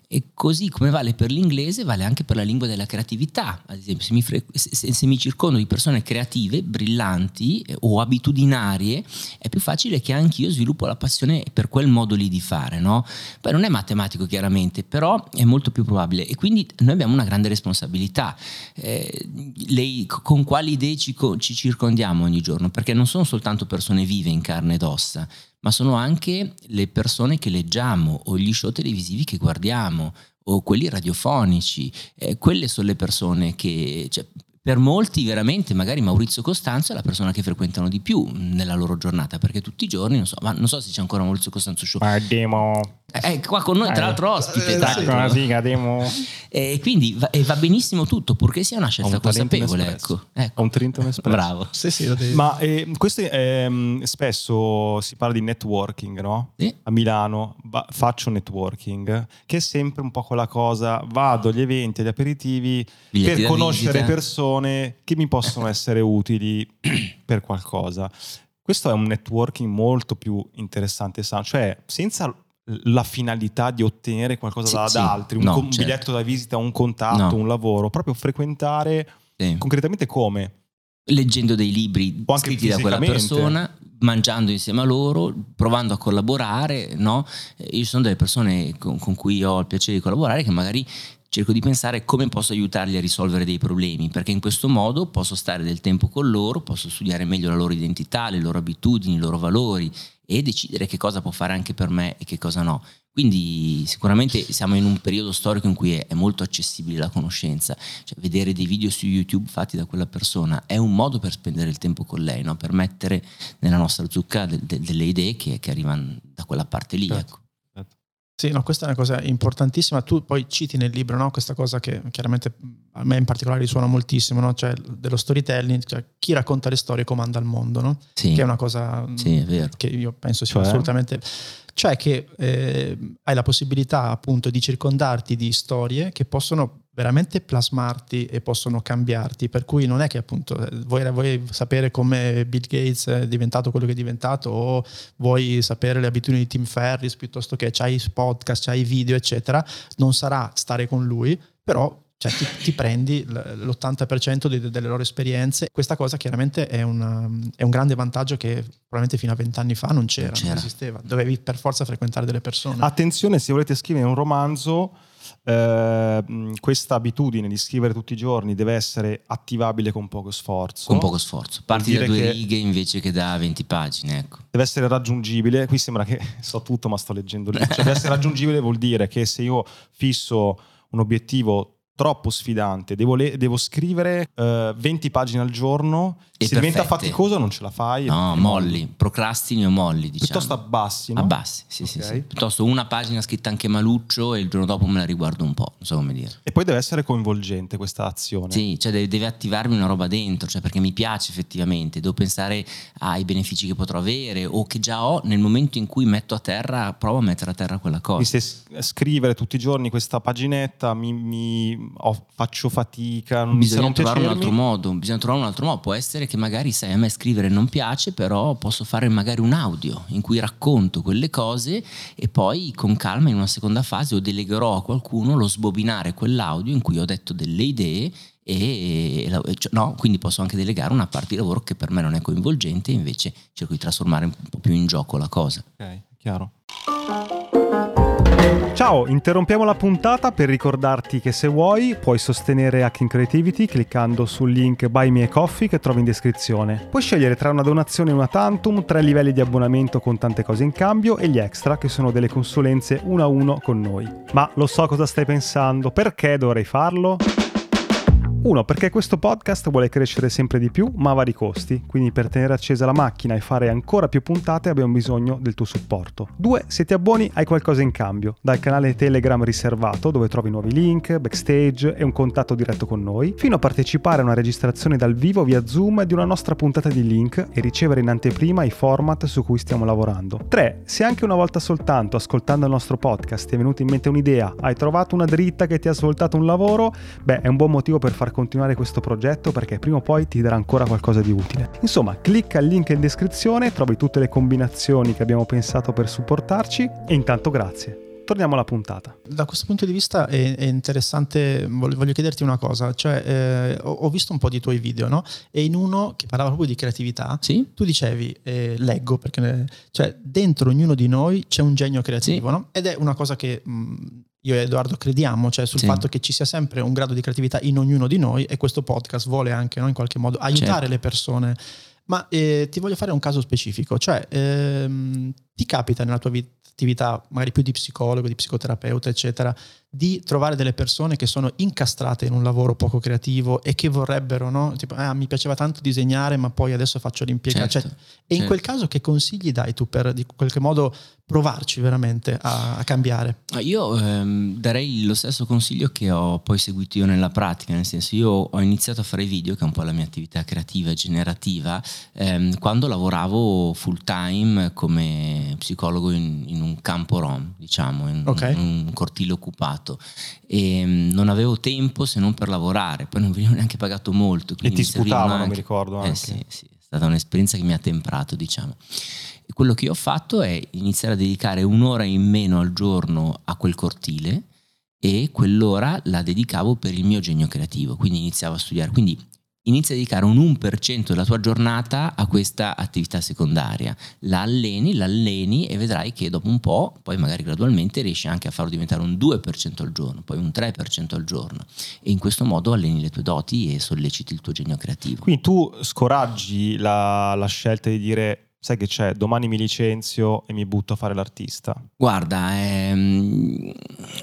E così come vale per l'inglese, vale anche per la lingua della creatività. Ad esempio, se mi, fre- se, se mi circondo di persone creative, brillanti eh, o abitudinarie, è più facile che anch'io sviluppo la passione per quel modo lì di fare, no? Poi non è matematico chiaramente, però è molto più probabile, e quindi noi abbiamo una grande responsabilità. Eh, lei, con quali idee ci, ci circondiamo ogni giorno? Perché non sono soltanto persone vive in carne ed ossa, ma sono anche le persone che leggiamo o gli show televisivi che guardiamo o quelli radiofonici. Eh, quelle sono le persone che, cioè, per molti veramente magari Maurizio Costanzo è la persona che frequentano di più nella loro giornata, perché tutti i giorni, non so, ma non so se c'è ancora Maurizio Costanzo show. Guardiamo. Eh, qua con noi tra l'altro ospite, e eh, quindi va, e va benissimo tutto, purché sia una scelta consapevole, ecco. ecco. Ho un Trento Espresso. Bravo. Sì, sì, lo devi. Ma eh, questo è, spesso si parla di networking, no? Sì. A Milano va, faccio networking, che è sempre un po' quella cosa, vado agli eventi, agli aperitivi Biglietti per conoscere visita. persone che mi possono essere utili per qualcosa. Questo è un networking molto più interessante, cioè senza la finalità di ottenere qualcosa sì, da, sì. da altri, un, no, con, un certo. biglietto da visita, un contatto, no. un lavoro, proprio frequentare sì. concretamente come? Leggendo dei libri scritti da quella persona, mangiando insieme a loro, provando a collaborare, no? Io sono delle persone con, con cui ho il piacere di collaborare, che magari cerco di pensare come posso aiutarli a risolvere dei problemi, perché in questo modo posso stare del tempo con loro, posso studiare meglio la loro identità, le loro abitudini, i loro valori, e decidere che cosa può fare anche per me e che cosa no. Quindi sicuramente siamo in un periodo storico in cui è, è molto accessibile la conoscenza, cioè vedere dei video su YouTube fatti da quella persona è un modo per spendere il tempo con lei, no? Per mettere nella nostra zucca de- de- delle idee che, che arrivano da quella parte lì, certo. ecco. Sì, no, questa è una cosa importantissima. Tu poi citi nel libro, no, questa cosa che chiaramente a me in particolare risuona moltissimo, no? Cioè dello storytelling, cioè chi racconta le storie comanda il mondo, no? Sì. Che è una cosa sì, è vero. che io penso sia cioè? assolutamente... Cioè che eh, hai la possibilità appunto di circondarti di storie che possono veramente plasmarti e possono cambiarti, per cui non è che appunto vuoi, vuoi sapere come Bill Gates è diventato quello che è diventato, o vuoi sapere le abitudini di Tim Ferriss, piuttosto che c'hai podcast, c'hai video eccetera, non sarà stare con lui, però cioè ti, ti prendi l'ottanta per cento di, delle loro esperienze. Questa cosa chiaramente è, una, è un grande vantaggio che probabilmente fino a vent'anni fa non c'era, non, c'era. non esisteva, dovevi per forza frequentare delle persone. Attenzione, se volete scrivere un romanzo, eh, questa abitudine di scrivere tutti i giorni deve essere attivabile con poco sforzo. Con poco sforzo, parti da due che righe invece che da venti pagine, ecco. Deve essere raggiungibile, qui sembra che so tutto ma sto leggendo lì, cioè deve essere raggiungibile vuol dire che se io fisso un obiettivo troppo sfidante, devo, le- devo scrivere uh, venti pagine al giorno, e se perfette. diventa faticoso non ce la fai. No, molli, procrastini o molli, diciamo. Piuttosto abbassi, no? Abbassi, sì, okay. sì, sì. Piuttosto una pagina scritta anche maluccio e il giorno dopo me la riguardo un po', non so come dire. E poi deve essere coinvolgente questa azione. Sì, cioè deve, deve attivarmi una roba dentro, cioè perché mi piace effettivamente, devo pensare ai benefici che potrò avere o che già ho nel momento in cui metto a terra, provo a mettere a terra quella cosa. Quindi se scrivere tutti i giorni questa paginetta mi, mi oh, faccio fatica, non bisogna non trovare piacermi. un altro modo, bisogna trovare un altro modo. Può essere che magari, sai, a me scrivere non piace, però posso fare magari un audio in cui racconto quelle cose e poi con calma in una seconda fase o delegherò a qualcuno lo sbobinare quell'audio in cui ho detto delle idee e, e no, quindi posso anche delegare una parte di lavoro che per me non è coinvolgente e invece cerco di trasformare un po' più in gioco la cosa. Ok, chiaro. Ciao, interrompiamo la puntata per ricordarti che se vuoi puoi sostenere Hacking Creativity cliccando sul link Buy Me a Coffee che trovi in descrizione. Puoi scegliere tra una donazione e una tantum, tre livelli di abbonamento con tante cose in cambio e gli extra che sono delle consulenze uno a uno con noi. Ma lo so cosa stai pensando, perché dovrei farlo? Uno, perché questo podcast vuole crescere sempre di più, ma a vari costi, quindi per tenere accesa la macchina e fare ancora più puntate abbiamo bisogno del tuo supporto. Due, se ti abboni hai qualcosa in cambio, dal canale Telegram riservato dove trovi nuovi link, backstage e un contatto diretto con noi, fino a partecipare a una registrazione dal vivo via Zoom di una nostra puntata di Link e ricevere in anteprima i format su cui stiamo lavorando. Tre, se anche una volta soltanto ascoltando il nostro podcast ti è venuta in mente un'idea, hai trovato una dritta che ti ha svoltato un lavoro, beh è un buon motivo per far continuare questo progetto perché prima o poi ti darà ancora qualcosa di utile. Insomma, clicca il link in descrizione, trovi tutte le combinazioni che abbiamo pensato per supportarci e intanto grazie. torniamo alla puntata. Da questo punto di vista è, è interessante, voglio, voglio chiederti una cosa, cioè eh, ho, ho visto un po' di tuoi video, no? E in uno che parlava proprio di creatività, sì? tu dicevi, eh, leggo, perché cioè, dentro ognuno di noi c'è un genio creativo, sì. no? Ed è una cosa che mh, io e Edoardo crediamo, cioè sul sì. fatto che ci sia sempre un grado di creatività in ognuno di noi, e questo podcast vuole anche, no, in qualche modo aiutare certo. le persone. Ma eh, ti voglio fare un caso specifico, cioè ehm, ti capita nella tua vita, attività magari più di psicologo, di psicoterapeuta eccetera, di trovare delle persone che sono incastrate in un lavoro poco creativo e che vorrebbero, no? Tipo, ah, mi piaceva tanto disegnare ma poi adesso faccio l'impiegato, certo, cioè, e certo. in quel caso che consigli dai tu per di qualche modo provarci veramente a, a cambiare? Io ehm, darei lo stesso consiglio che ho poi seguito io nella pratica, nel senso, io ho iniziato a fare video, che è un po' la mia attività creativa e generativa, ehm, quando lavoravo full time come psicologo in, in un campo rom, diciamo, in, okay. in un cortile occupato, e non avevo tempo se non per lavorare, poi non venivo neanche pagato molto, e ti sputavano, anche... mi ricordo anche. Eh sì, sì, è stata un'esperienza che mi ha temprato, diciamo. E quello che io ho fatto è iniziare a dedicare un'ora in meno al giorno a quel cortile, e quell'ora la dedicavo per il mio genio creativo, quindi iniziavo a studiare, quindi inizia a dedicare un uno per cento della tua giornata a questa attività secondaria, la alleni, la alleni e vedrai che dopo un po', poi magari gradualmente, riesci anche a farlo diventare un due per cento al giorno, poi un tre per cento al giorno, e in questo modo alleni le tue doti e solleciti il tuo genio creativo. Quindi tu scoraggi la, la scelta di dire: sai che c'è, domani mi licenzio e mi butto a fare l'artista? Guarda, ehm,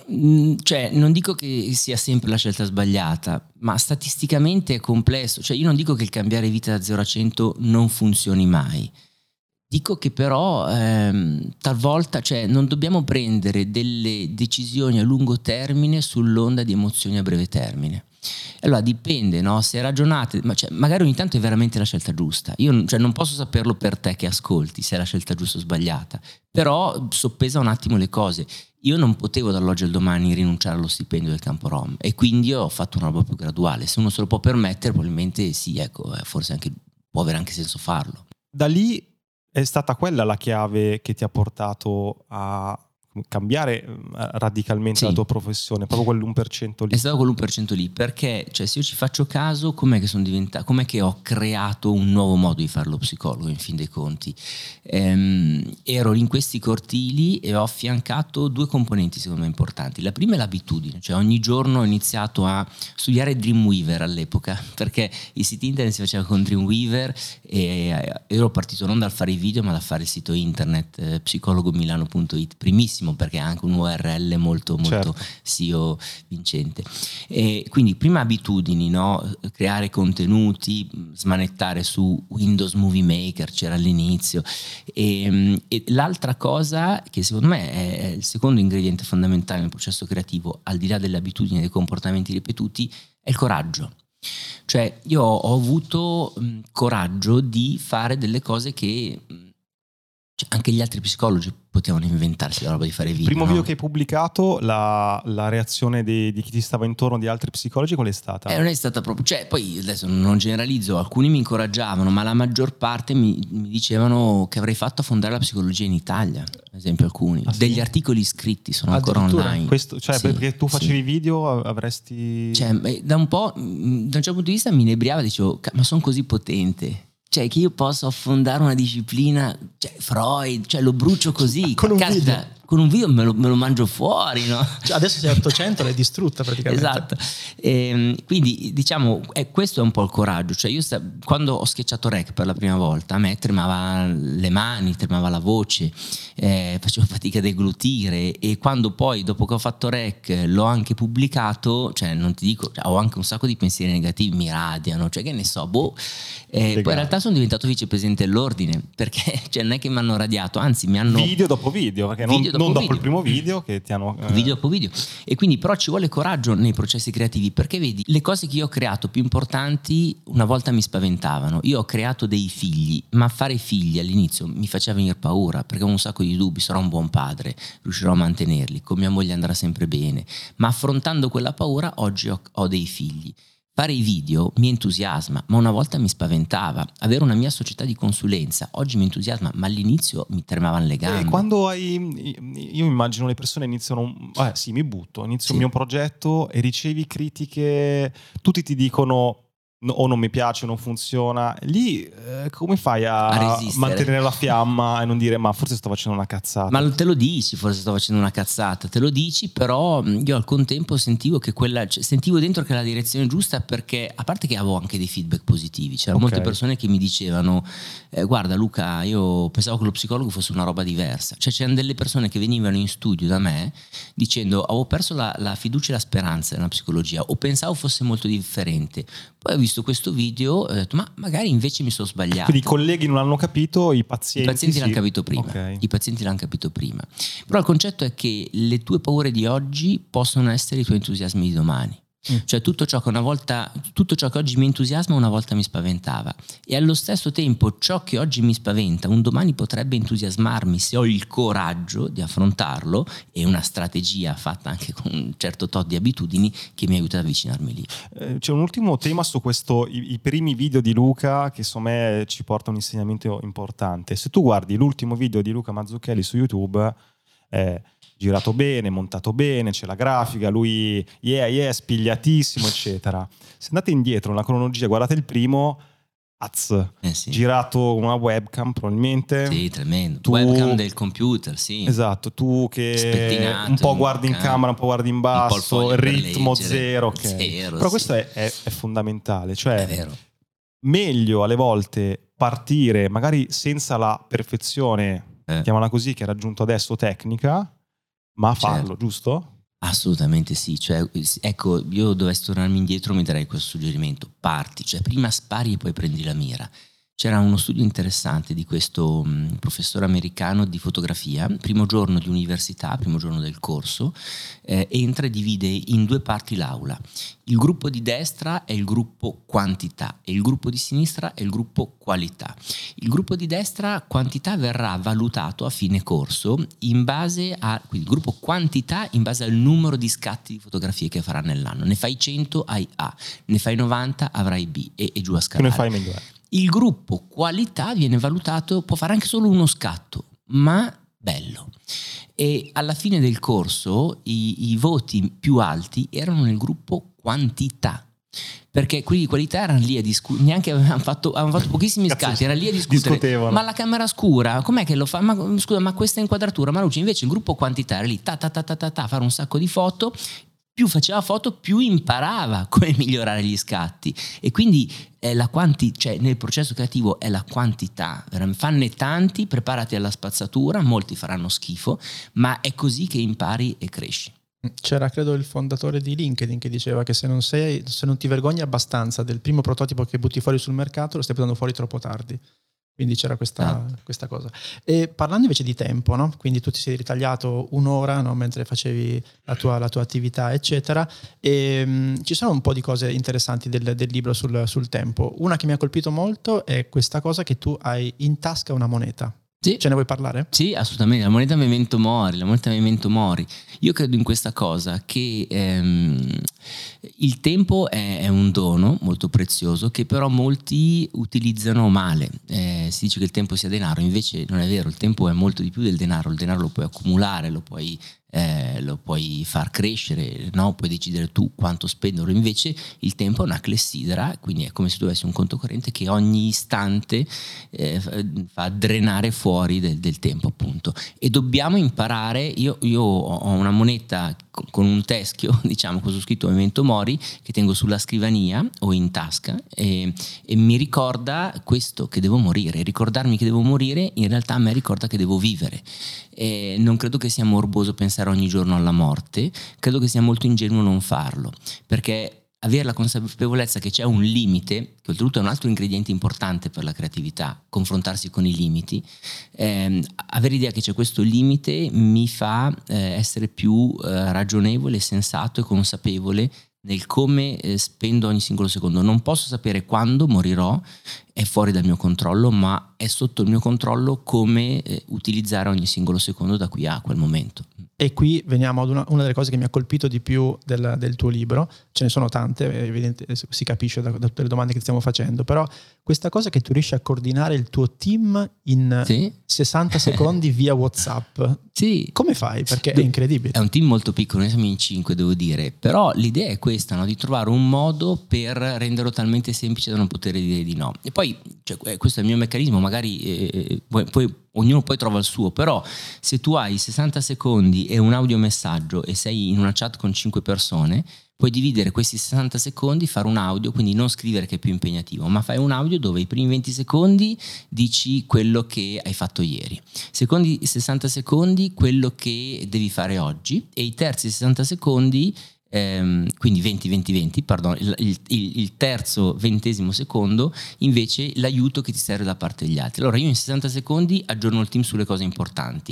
cioè non dico che sia sempre la scelta sbagliata, ma statisticamente è complesso. Cioè io non dico che il cambiare vita da zero a cento non funzioni mai. Dico che però ehm, talvolta, cioè, non dobbiamo prendere delle decisioni a lungo termine sull'onda di emozioni a breve termine. Allora dipende, no? Se ragionate, ma cioè, magari ogni tanto è veramente la scelta giusta. Io cioè, non posso saperlo per te che ascolti se è la scelta giusta o sbagliata, però soppesa un attimo le cose. Io non potevo dall'oggi al domani rinunciare allo stipendio del campo rom, e quindi ho fatto una roba più graduale. Se uno se lo può permettere, probabilmente sì, ecco, forse anche può avere anche senso farlo. Da lì è stata quella la chiave che ti ha portato a cambiare radicalmente sì. la tua professione, proprio quell'uno per cento lì? È stato quell'uno per cento lì, perché cioè, se io ci faccio caso, com'è che sono diventato, com'è che ho creato un nuovo modo di fare lo psicologo, in fin dei conti? Ehm, ero in questi cortili e ho affiancato due componenti secondo me importanti. La prima è l'abitudine, cioè ogni giorno ho iniziato a studiare Dreamweaver all'epoca, perché i siti internet si facevano con Dreamweaver, e ero partito non dal fare i video ma da fare il sito internet eh, psicologomilano punto it, primissimo, perché ha anche un U R L molto molto certo. S E O vincente. E quindi prima abitudini, no? Creare contenuti, smanettare su Windows Movie Maker, c'era all'inizio, e, e l'altra cosa che secondo me è il secondo ingrediente fondamentale nel processo creativo, al di là delle abitudini e dei comportamenti ripetuti, è il coraggio. Cioè io ho avuto mh, coraggio di fare delle cose che mh, cioè, anche gli altri psicologi potevano inventarsi la roba di fare video. Il primo no? video che hai pubblicato, la, la reazione di, di chi ti stava intorno, di altri psicologi, qual è stata? Eh, non è stata proprio, cioè poi adesso non generalizzo, alcuni mi incoraggiavano, ma la maggior parte mi, mi dicevano che avrei fatto affondare la psicologia in Italia, ad esempio alcuni. Ah, degli sì? articoli scritti sono ancora online. Questo, cioè sì, perché tu facevi sì. video avresti... Cioè da un po', da un certo punto di vista mi inebriava, dicevo, ma sono così potente. Cioè che io posso affondare una disciplina, cioè Freud, cioè lo brucio così. Con un Caspita, video. Con un video me lo, me lo mangio fuori, no? Cioè adesso sei a ottocento, l'hai distrutta praticamente. Esatto. E, quindi diciamo, eh, questo è un po' il coraggio. Cioè io sta, quando ho sketchato Rec per la prima volta, a me tremava le mani, tremava la voce, eh, facevo fatica a deglutire, e quando poi dopo che ho fatto Rec l'ho anche pubblicato, cioè non ti dico, cioè, ho anche un sacco di pensieri negativi, mi radiano, cioè che ne so, boh. Eh, poi in realtà sono diventato vicepresidente dell'ordine, perché cioè, non è che mi hanno radiato, anzi mi hanno... Video dopo video, perché video non... dopo non dopo video. il primo video che ti hanno eh... video dopo video, e quindi però ci vuole coraggio nei processi creativi, perché vedi, le cose che io ho creato più importanti una volta mi spaventavano. Io ho creato dei figli, ma fare figli all'inizio mi faceva venire paura, perché ho un sacco di dubbi, sarò un buon padre, riuscirò a mantenerli, con mia moglie andrà sempre bene, ma affrontando quella paura oggi ho, ho dei figli. Fare i video mi entusiasma, ma una volta mi spaventava. Avere una mia società di consulenza oggi mi entusiasma, ma all'inizio mi tremavano le gambe. E quando hai, io immagino le persone iniziano, eh sì, mi butto, inizio Sì. il mio progetto e ricevi critiche, tutti ti dicono no, o non mi piace, non funziona. Lì eh, come fai a, A resistere. mantenere la fiamma e non dire ma forse sto facendo una cazzata? Ma te lo dici, forse sto facendo una cazzata, te lo dici, però io al contempo sentivo che quella, cioè, sentivo dentro che era la direzione giusta, perché a parte che avevo anche dei feedback positivi, c'erano Ok. molte persone che mi dicevano eh, guarda Luca, io pensavo che lo psicologo fosse una roba diversa, cioè c'erano delle persone che venivano in studio da me dicendo avevo perso la, la fiducia e la speranza nella psicologia, o pensavo fosse molto differente, poi ho visto questo video e ho detto ma magari invece mi sono sbagliato. Quindi i colleghi non hanno capito, i pazienti I pazienti sì. l'hanno capito prima. Ok. I pazienti l'hanno capito prima. Però il concetto è che le tue paure di oggi possono essere i tuoi entusiasmi di domani. Mm. Cioè tutto ciò che una volta, tutto ciò che oggi mi entusiasma una volta mi spaventava, e allo stesso tempo ciò che oggi mi spaventa un domani potrebbe entusiasmarmi se ho il coraggio di affrontarlo e una strategia fatta anche con un certo tot di abitudini che mi aiuta ad avvicinarmi lì. Eh, C'è un ultimo tema su questo, i, i primi video di Luca che secondo me ci porta un insegnamento importante. Se tu guardi l'ultimo video di Luca Mazzucchelli su YouTube, è girato bene, montato bene, c'è la grafica, lui yeah yeah spigliatissimo eccetera. Se andate indietro nella cronologia, guardate il primo, az, Eh sì. girato con una webcam probabilmente. Sì, tremendo. Tu- Webcam del computer, sì. Esatto, tu che Spettinato, un po' in guardi in camera, camera, un po' guardi in un po' il basso, foglio il per ritmo leggere. zero, ok. Zero, Però sì. questo è, è- è fondamentale, cioè È vero. meglio alle volte partire magari senza la perfezione, Eh. chiamala così, che ha raggiunto adesso tecnica, ma farlo, Certo. giusto? Assolutamente sì, cioè, ecco, io dovessi tornarmi indietro mi darei questo suggerimento: parti, cioè prima spari e poi prendi la mira. C'era uno studio interessante di questo mh, professore americano di fotografia, primo giorno di università, primo giorno del corso, eh, entra e divide in due parti l'aula. Il gruppo di destra è il gruppo quantità e il gruppo di sinistra è il gruppo qualità. Il gruppo di destra quantità verrà valutato a fine corso in base a, quindi il gruppo quantità in base al numero di scatti di fotografie che farà nell'anno. Ne fai cento, hai A, ne fai novanta, avrai B, e, e giù a Che scalare. ne fai meglio è. Il gruppo qualità viene valutato, può fare anche solo uno scatto, ma bello. E alla fine del corso i, i voti più alti erano nel gruppo quantità, perché quelli di qualità erano lì a discutere, neanche avevano fatto, avevano fatto pochissimi Cazzo, scatti, erano lì a discutere. discutevano. Ma la camera scura, com'è che lo fa? Ma scusa, ma questa inquadratura, ma luce, invece il gruppo quantità era lì, ta ta ta ta ta, ta fare un sacco di foto. Più faceva foto, più imparava come migliorare gli scatti, e quindi è la quanti, cioè nel processo creativo è la quantità. Fanne tanti, preparati alla spazzatura, molti faranno schifo, ma è così che impari e cresci. C'era credo il fondatore di LinkedIn che diceva che se non, sei, se non ti vergogni abbastanza del primo prototipo che butti fuori sul mercato, lo stai buttando fuori troppo tardi. Quindi c'era questa, Ah. questa cosa. E parlando invece di tempo, no? Quindi tu ti sei ritagliato un'ora, no? Mentre facevi la tua, la tua attività, eccetera. E mh, ci sono un po' di cose interessanti del, del libro sul, sul tempo. Una che mi ha colpito molto è questa cosa che tu hai in tasca una moneta. Sì. Ce ne vuoi parlare? Sì, assolutamente, la moneta Memento Mori, la moneta Memento Mori. Io credo in questa cosa, che ehm, il tempo è, è un dono molto prezioso che però molti utilizzano male. Eh, si dice che il tempo sia denaro, invece non è vero, il tempo è molto di più del denaro. Il denaro lo puoi accumulare, lo puoi, eh, lo puoi far crescere, no? Puoi decidere tu quanto spenderlo. Invece il tempo è una clessidra, quindi è come se tu avessi un conto corrente che ogni istante eh, fa drenare fuori del, del tempo, appunto. E dobbiamo imparare. Io, io ho una moneta con un teschio, diciamo, con su scritto Memento Mori, che tengo sulla scrivania o in tasca, e, e mi ricorda questo, che devo morire. Ricordarmi che devo morire in realtà a me ricorda che devo vivere. E non credo che sia morboso pensare ogni giorno alla morte, credo che sia molto ingenuo non farlo, perché avere la consapevolezza che c'è un limite, che oltretutto è un altro ingrediente importante per la creatività, confrontarsi con i limiti, ehm, avere l'idea che c'è questo limite mi fa eh, essere più eh, ragionevole, sensato e consapevole nel come eh, spendo ogni singolo secondo. Non posso sapere quando morirò, è fuori dal mio controllo, ma è sotto il mio controllo come eh, utilizzare ogni singolo secondo da qui a quel momento. E qui veniamo ad una, una delle cose che mi ha colpito di più del, del tuo libro. Ce ne sono tante, è evidente, si capisce da, da tutte le domande che stiamo facendo, però questa cosa che tu riesci a coordinare il tuo team in sì. sessanta secondi via WhatsApp. Sì. Come fai? Perché è incredibile. È un team molto piccolo, noi siamo in cinque, devo dire, però l'idea è questa, no? Di trovare un modo per renderlo talmente semplice da non poter dire di no. E poi, cioè, questo è il mio meccanismo, magari eh, poi, poi ognuno poi trova il suo, però se tu hai sessanta secondi e un audiomessaggio e sei in una chat con cinque persone, puoi dividere questi sessanta secondi, fare un audio, quindi non scrivere che è più impegnativo, ma fai un audio dove i primi venti secondi dici quello che hai fatto ieri, secondi sessanta secondi quello che devi fare oggi e i terzi sessanta secondi, ehm, quindi venti venti venti, pardon, il, il, il terzo ventesimo secondo invece l'aiuto che ti serve da parte degli altri. Allora io in sessanta secondi aggiorno il team sulle cose importanti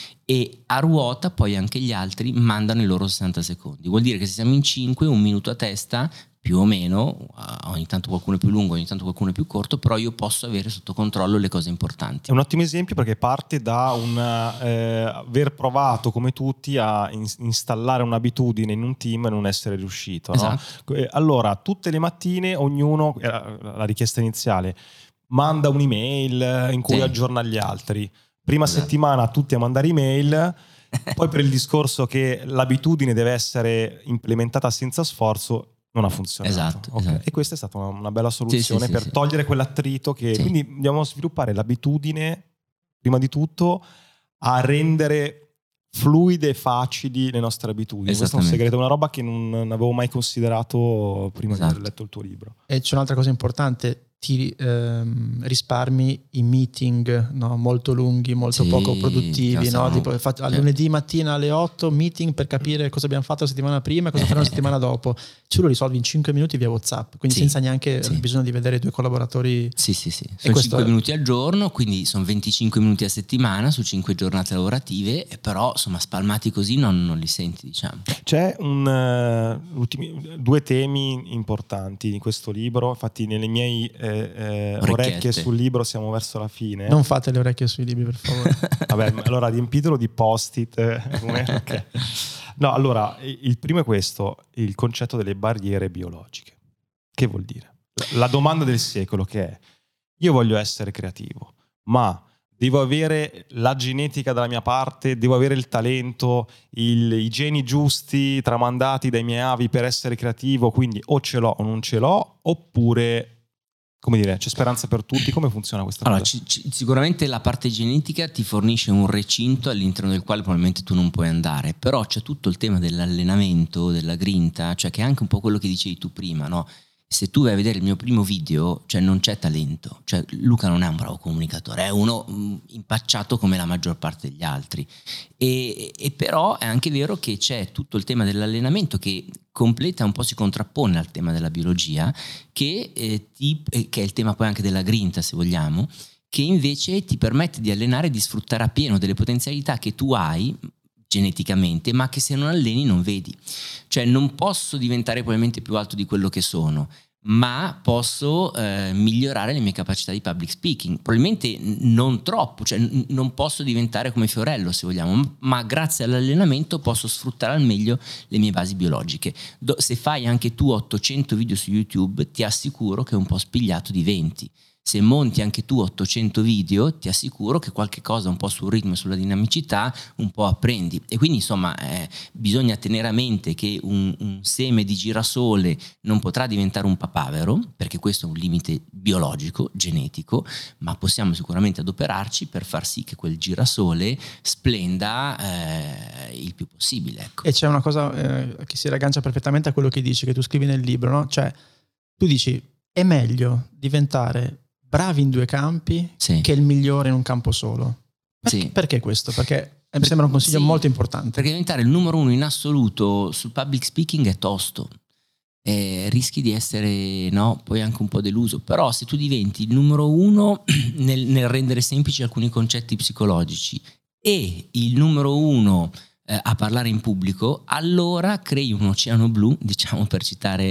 e a ruota poi anche gli altri mandano i loro sessanta secondi. Vuol dire che se siamo in cinque, un minuto a testa più o meno, ogni tanto qualcuno è più lungo, ogni tanto qualcuno è più corto, però io posso avere sotto controllo le cose importanti. È un ottimo esempio perché parte da un eh, aver provato come tutti a in- installare un'abitudine in un team e non essere riuscito, esatto. No? Allora tutte le mattine ognuno, era la richiesta iniziale, manda un'email in cui sì. aggiorna gli altri. Prima esatto. settimana tutti a mandare email, poi per il discorso che l'abitudine deve essere implementata senza sforzo non ha funzionato. Esatto, okay. esatto. E questa è stata una, una bella soluzione sì, sì, per sì, togliere quell'attrito che sì. quindi dobbiamo sviluppare l'abitudine prima di tutto a rendere fluide e facili le nostre abitudini. Questo è un segreto, una roba che non avevo mai considerato prima esatto. di aver letto il tuo libro. E c'è un'altra cosa importante, ti ehm, risparmi i meeting, no? Molto lunghi, molto sì, poco produttivi, no? Tipo, a certo. lunedì mattina alle otto meeting per capire cosa abbiamo fatto la settimana prima e cosa faremo la settimana dopo. Ce lo risolvi in cinque minuti via WhatsApp, quindi sì, senza neanche sì. bisogno di vedere i tuoi collaboratori. Sì, sì, sì. Sono cinque è... minuti al giorno, quindi sono venticinque minuti a settimana su cinque giornate lavorative, però insomma spalmati così non, non li senti, diciamo. C'è un uh, ultimi, due temi importanti in questo libro, infatti nelle miei eh, eh, orecchie sul libro siamo verso la fine. Non fate le orecchie sui libri, per favore. Vabbè, allora riempitelo di post-it. Okay. No, allora, il primo è questo, il concetto delle barriere biologiche. Che vuol dire? La domanda del secolo che è: io voglio essere creativo, ma devo avere la genetica dalla mia parte, devo avere il talento, il, i geni giusti tramandati dai miei avi per essere creativo, quindi o ce l'ho o non ce l'ho, oppure... Come dire, c'è speranza per tutti? Come funziona questa allora, cosa? C- c- sicuramente la parte genetica ti fornisce un recinto all'interno del quale probabilmente tu non puoi andare, però c'è tutto il tema dell'allenamento, della grinta, cioè che è anche un po' quello che dicevi tu prima, no? Se tu vai a vedere il mio primo video, cioè non c'è talento, cioè Luca non è un bravo comunicatore, è uno mh, impacciato come la maggior parte degli altri e, e però è anche vero che c'è tutto il tema dell'allenamento che completa un po', si contrappone al tema della biologia che, eh, ti, eh, che è il tema poi anche della grinta, se vogliamo, che invece ti permette di allenare e di sfruttare appieno delle potenzialità che tu hai geneticamente, ma che se non alleni non vedi. Cioè non posso diventare probabilmente più alto di quello che sono, ma posso eh, migliorare le mie capacità di public speaking, probabilmente non troppo, cioè n- non posso diventare come Fiorello se vogliamo, ma grazie all'allenamento posso sfruttare al meglio le mie basi biologiche. Do- se fai anche tu ottocento video su YouTube, ti assicuro che un po' spigliato diventi. Se monti anche tu ottocento video, ti assicuro che qualche cosa un po' sul ritmo e sulla dinamicità un po' apprendi. E quindi insomma eh, bisogna tenere a mente che un, un seme di girasole non potrà diventare un papavero, perché questo è un limite biologico, genetico, ma possiamo sicuramente adoperarci per far sì che quel girasole splenda eh, il più possibile. Ecco. E c'è una cosa eh, che si raggancia perfettamente a quello che dici, che tu scrivi nel libro, no? Cioè tu dici è meglio diventare bravi in due campi sì. che il migliore in un campo solo. Perché, sì. perché questo? Perché mi sembra un consiglio sì, molto importante. Perché diventare il numero uno in assoluto sul public speaking è tosto. Eh, rischi di essere no, poi anche un po' deluso. Però se tu diventi il numero uno nel, nel rendere semplici alcuni concetti psicologici e il numero uno Eh, a parlare in pubblico, allora crei un oceano blu, diciamo, per citare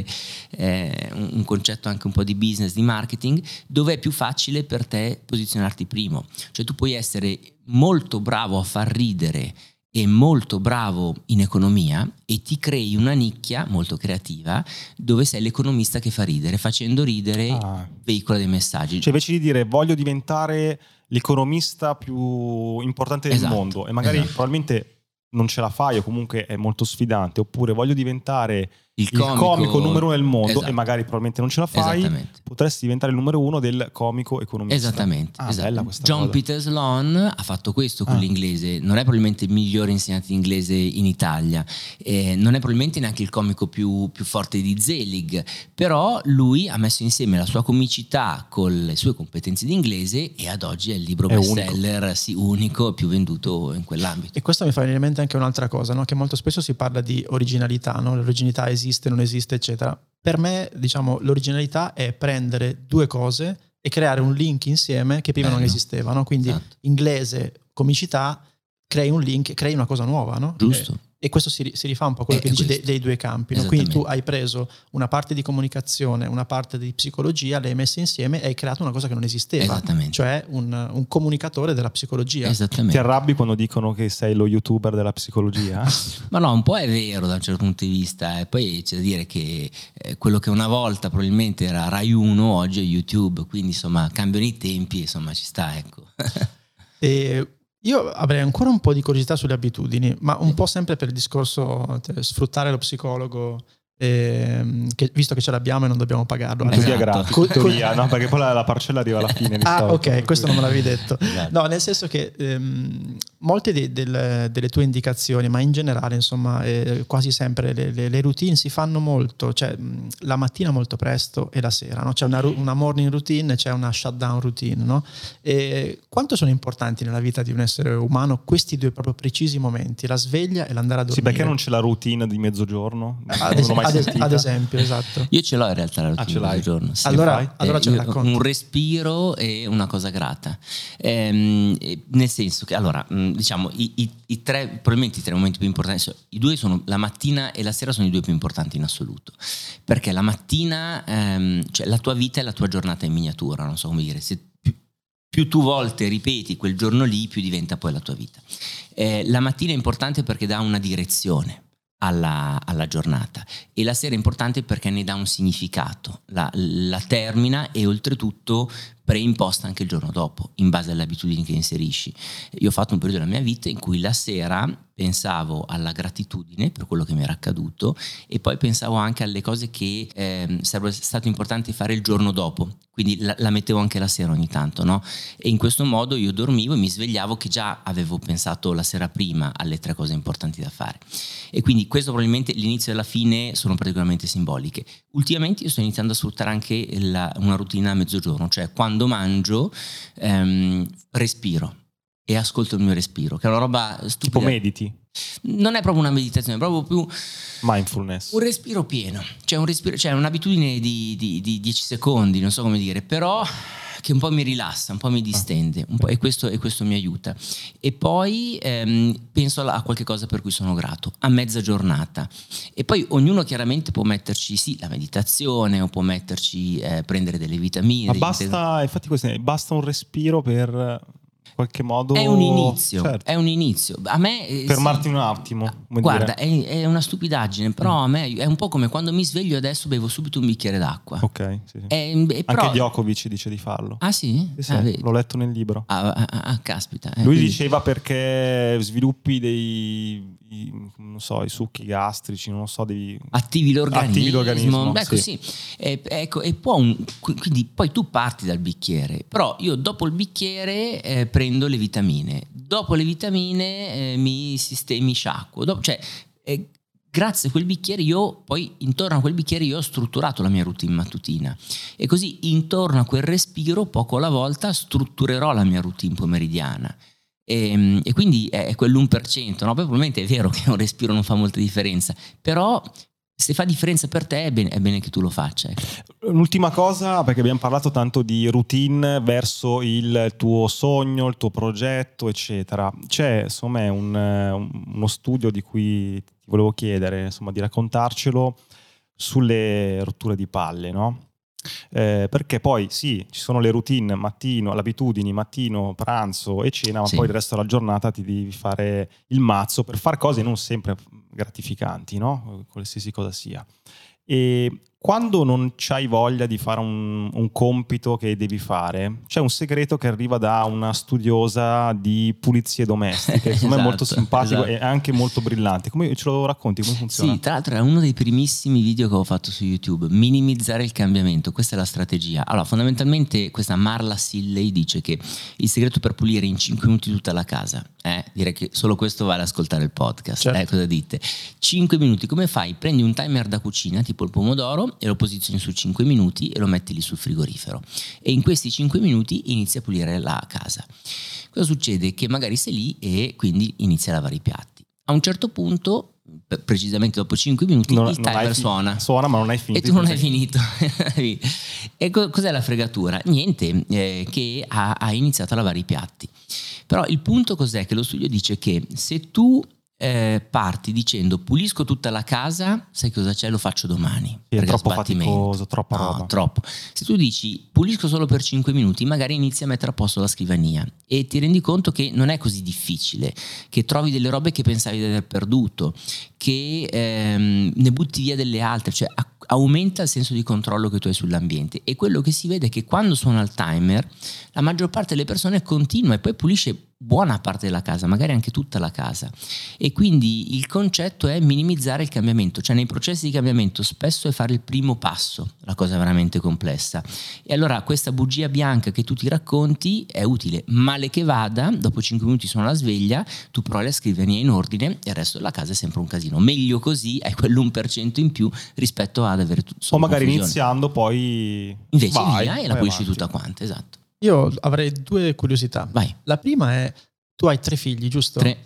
eh, un, un concetto anche un po' di business, di marketing, dove è più facile per te posizionarti primo. Cioè tu puoi essere molto bravo a far ridere e molto bravo in economia e ti crei una nicchia molto creativa dove sei l'economista che fa ridere, facendo ridere Ah. veicola dei messaggi. Cioè invece di dire voglio diventare l'economista più importante del Esatto, mondo e magari esatto. probabilmente non ce la fai o comunque è molto sfidante, oppure voglio diventare il il comico, comico numero uno del mondo, esatto. e magari probabilmente non ce la fai, Esattamente. potresti diventare il numero uno del comico economista. Esattamente, Ah, esatto. bella questa John cosa. Peter Sloan ha fatto questo con Ah. l'inglese, non è probabilmente il migliore insegnante di inglese in Italia, eh, non è probabilmente neanche il comico più, più forte di Zelig, però lui ha messo insieme la sua comicità con le sue competenze di inglese e ad oggi è il libro È bestseller unico. Sì, unico, più venduto in quell'ambito. E questo mi fa venire in mente anche un'altra cosa, no? Che molto spesso si parla di originalità, no? L'originalità esiste, non esiste, eccetera. Per me, diciamo, l'originalità è prendere due cose e creare un link insieme che prima Bello. non esisteva, no? Quindi Esatto. inglese, comicità, crei un link, crei una cosa nuova, no? Giusto. E, e questo si, si rifà un po' a quello È- che è dici dei, questo. dei due campi, no? Quindi tu Esattamente. hai preso una parte di comunicazione, una parte di psicologia, le hai messe insieme e hai creato una cosa che non esisteva, Esattamente. cioè un, un comunicatore della psicologia. Ti Esattamente. arrabbi quando dicono che sei lo youtuber della psicologia? Ma no, un po' è vero da un certo punto di vista, e poi c'è da dire che eh, quello che una volta probabilmente era Rai uno oggi è YouTube, quindi insomma cambiano i tempi, insomma ci sta, ecco. E io avrei ancora un po' di curiosità sulle abitudini, ma un po' sempre per il discorso cioè, sfruttare lo psicologo, ehm, che, visto che ce l'abbiamo e non dobbiamo pagarlo. In Esatto. teoria gratis, Co- in teoria, no? Perché poi la, la parcella arriva alla fine. di Ah, solito, ok, per questo cui- non me l'avevi detto. Esatto. No, nel senso che ehm, molte de- del- delle tue indicazioni, ma in generale, insomma, eh, quasi sempre le, le- le routine si fanno molto, cioè mh, la mattina molto presto e la sera, no? C'è una, ru- una morning routine e c'è una shutdown routine, no? E quanto sono importanti nella vita di un essere umano questi due proprio precisi momenti, la sveglia e l'andare a Sì, dormire? perché non c'è la routine di mezzogiorno? ad, Non es- l'ho mai ad es- sentita. ad esempio, esatto. Io ce l'ho in realtà la Ah, routine ce l'hai? del giorno. Sì. Allora, fai? allora Eh, ce la io- racconti. un respiro e una cosa grata. Ehm, e nel senso che allora mh, diciamo i, i- i tre probabilmente i tre momenti più importanti so- i due sono la mattina e la sera, sono i due più importanti in assoluto, perché la mattina ehm, cioè la tua vita è la tua giornata in miniatura, non so come dire, se più, più tu volte ripeti quel giorno lì, più diventa poi la tua vita. Eh, la mattina è importante perché dà una direzione alla, alla giornata, e la sera è importante perché ne dà un significato, la, la termina e oltretutto preimposta anche il giorno dopo in base alle abitudini che inserisci. Io ho fatto un periodo della mia vita in cui la sera pensavo alla gratitudine per quello che mi era accaduto e poi pensavo anche alle cose che eh, sarebbe stato importante fare il giorno dopo, quindi la, la mettevo anche la sera ogni tanto, no? E in questo modo io dormivo e mi svegliavo che già avevo pensato la sera prima alle tre cose importanti da fare, e quindi questo probabilmente l'inizio e la fine sono particolarmente simboliche. Ultimamente io sto iniziando a sfruttare anche la, una routine a mezzogiorno, cioè quando mangio ehm, respiro e ascolto il mio respiro, che è una roba stupida. Tipo mediti, Non è proprio una meditazione, è proprio più mindfulness. un respiro pieno, cioè, un respiro, cioè un'abitudine di, di, di dieci secondi, non so come dire, però che un po' mi rilassa, un po' mi distende, un po', e, questo, e questo mi aiuta. E poi ehm, penso a qualche cosa per cui sono grato, a mezza giornata. E poi ognuno chiaramente può metterci, sì, la meditazione, o può metterci eh, prendere delle vitamine. Ma degli basta, infatti questo è- basta un respiro per in qualche modo... È un inizio, Certo. è un inizio. A me eh, Fermarti sì. un attimo. come Guarda, dire. è, è una stupidaggine, però a me è un po' come quando mi sveglio adesso bevo subito un bicchiere d'acqua. Ok, sì, sì. E- e però- Anche Djokovic dice di farlo. Ah sì? Sì, sì, Ah, vedi. l'ho letto nel libro. Ah, ah, ah, ah, caspita. eh, Lui quindi- diceva perché sviluppi dei, i, non so, i succhi gastrici, non so, dei... Attivi l'organismo, Attivi l'organismo, ecco sì. sì. E, ecco, e può un- quindi poi tu parti dal bicchiere, però io dopo il bicchiere eh, prendo le vitamine, dopo le vitamine eh, mi, siste- mi sciacquo, dopo, cioè eh, grazie a quel bicchiere io poi intorno a quel bicchiere io ho strutturato la mia routine mattutina, e così intorno a quel respiro poco alla volta strutturerò la mia routine pomeridiana. E, e quindi è quell'uno per cento, no? Poi probabilmente è vero che un respiro non fa molta differenza, però se fa differenza per te è bene, è bene che tu lo faccia, ecco. Un'ultima cosa, perché abbiamo parlato tanto di routine verso il tuo sogno, il tuo progetto, eccetera. C'è, insomma, un, uno studio di cui ti volevo chiedere, insomma, di raccontarcelo sulle rotture di palle, no? Eh, perché poi sì, ci sono le routine mattino, le abitudini mattino, pranzo e cena, ma Sì. poi il resto della giornata ti devi fare il mazzo per fare cose non sempre gratificanti, no? Qualsiasi cosa sia. E quando non c'hai voglia di fare un, un compito che devi fare, c'è un segreto che arriva da una studiosa di pulizie domestiche, secondo me è molto Esatto, simpatico esatto. e anche molto brillante. Come ce lo racconti? Come funziona? Sì, tra l'altro è uno dei primissimi video che ho fatto su YouTube, minimizzare il cambiamento, questa è la strategia. Allora, fondamentalmente questa Marla Silley dice che il segreto per pulire in cinque minuti tutta la casa, eh, direi che solo questo vale ascoltare il podcast, certo. eh, cosa dite? cinque minuti, come fai? Prendi un timer da cucina, tipo il pomodoro, e lo posizioni su cinque minuti e lo metti lì sul frigorifero. E in questi cinque minuti inizi a pulire la casa. Cosa succede? Che magari sei lì e quindi inizi a lavare i piatti. A un certo punto, precisamente dopo cinque minuti, Non- il non hai timer fi- suona. Suona, ma non hai finito. E tu non hai finito. E co- cos'è la fregatura? Niente, eh, che ha, ha iniziato a lavare i piatti. Però il punto cos'è? Che lo studio dice che se tu eh, parti dicendo pulisco tutta la casa, sai cosa c'è? Lo faccio domani. È perché troppo sbattimento. faticoso, troppa No, roba. troppo. Se tu dici pulisco solo per cinque minuti, magari inizi a mettere a posto la scrivania e ti rendi conto che non è così difficile, che trovi delle robe che pensavi di aver perduto, che ehm, ne butti via delle altre, cioè a- aumenta il senso di controllo che tu hai sull'ambiente. E quello che si vede è che quando suona il timer la maggior parte delle persone continua e poi pulisce buona parte della casa, magari anche tutta la casa. E quindi il concetto è minimizzare il cambiamento, cioè nei processi di cambiamento spesso è fare il primo passo la cosa veramente complessa. E allora questa bugia bianca che tu ti racconti è utile, male che vada, dopo cinque minuti suona la sveglia, tu provi la scrivania in ordine e il resto della casa è sempre un casino. Meglio così, hai quell'uno per cento in più rispetto ad avere tutto O solo magari confusione. iniziando poi Invece vai, via e la vai pulisci avanti. tutta quanta, esatto. Io avrei due curiosità. Vai. La prima è, tu hai tre figli, giusto? Tre.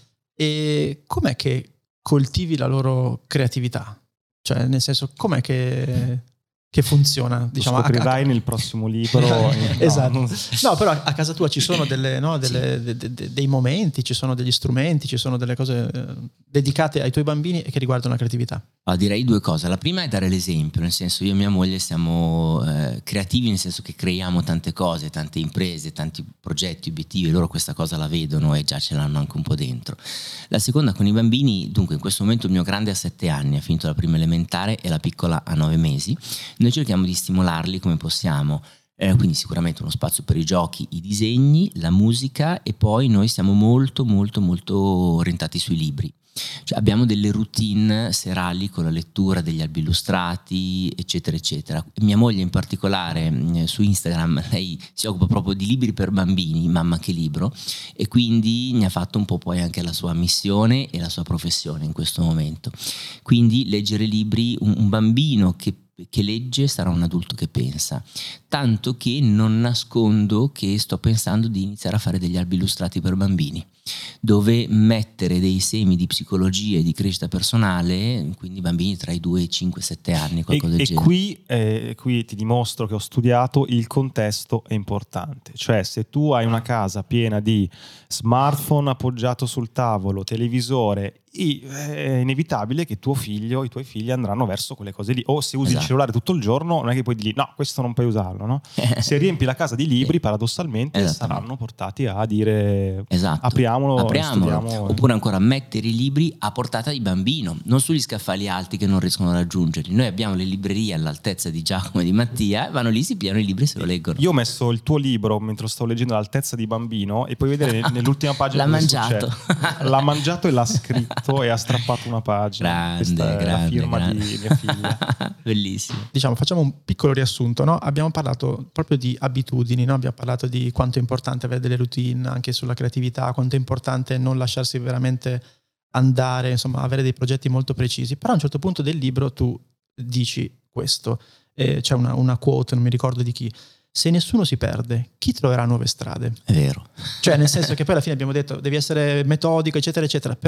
E com'è che coltivi la loro creatività? Cioè, nel senso, com'è che, che funziona? Lo Diciamo, a- scoprirai a- nel prossimo libro. No, esatto. non- No, però a casa tua ci sono delle, no, delle- de- de- de- dei momenti, ci sono degli strumenti, ci sono delle cose eh, dedicate ai tuoi bambini e che riguardano la creatività. Allora, direi due cose. La prima è dare l'esempio, nel senso io e mia moglie siamo eh, creativi, nel senso che creiamo tante cose, tante imprese, tanti progetti, obiettivi, loro questa cosa la vedono e già ce l'hanno anche un po' dentro. La seconda con i bambini, dunque in questo momento il mio grande ha sette anni, ha finito la prima elementare e la piccola ha nove mesi. Noi cerchiamo di stimolarli come possiamo. Eh, quindi sicuramente uno spazio per i giochi, i disegni, la musica e poi noi siamo molto molto molto orientati sui libri. Cioè abbiamo delle routine serali con la lettura degli albi illustrati eccetera eccetera. Mia moglie in particolare mh, su Instagram lei si occupa proprio di libri per bambini, mamma che libro, e quindi ne ha fatto un po' poi anche la sua missione e la sua professione in questo momento. Quindi leggere libri, un, un bambino che che legge sarà un adulto che pensa, tanto che non nascondo che sto pensando di iniziare a fare degli albi illustrati per bambini, dove mettere dei semi di psicologia e di crescita personale, quindi bambini tra i due e i cinque sette anni, qualcosa E, del e genere. qui, eh, qui ti dimostro che ho studiato, il contesto è importante. Cioè se tu hai una casa piena di smartphone appoggiato sul tavolo, televisore, i- è inevitabile che tuo figlio, i tuoi figli andranno verso quelle cose lì. O se usi Esatto. il cellulare tutto il giorno non è che puoi dire no, questo non puoi usarlo, no? Se riempi la casa di libri paradossalmente Esattamente. saranno portati a dire Esatto. apriamolo, Apriamolo. studiamo. Oppure ancora mettere i libri a portata di bambino, non sugli scaffali alti che non riescono a raggiungerli. Noi abbiamo le librerie all'altezza di Giacomo e di Mattia, vanno lì, si pigliano i libri e se lo leggono. Io ho messo il tuo libro mentre lo stavo leggendo all'altezza di bambino e puoi vedere nell'ultima pagina L'ha cosa mangiato. succede. L'ha mangiato e l'ha scritto e ha strappato una pagina. Grande, Questa è la grande, firma grande. di mia figlia. Bellissimo. Diciamo, facciamo un piccolo riassunto, no? Abbiamo parlato proprio di abitudini, no? Abbiamo parlato di quanto è importante avere delle routine anche sulla creatività, quanto è importante non lasciarsi veramente andare, insomma, avere dei progetti molto precisi. Però a un certo punto del libro tu dici questo, eh, c'è una, una quote, non mi ricordo di chi: se nessuno si perde, chi troverà nuove strade? È vero. Cioè, nel senso che poi alla fine abbiamo detto devi essere metodico, eccetera, eccetera, però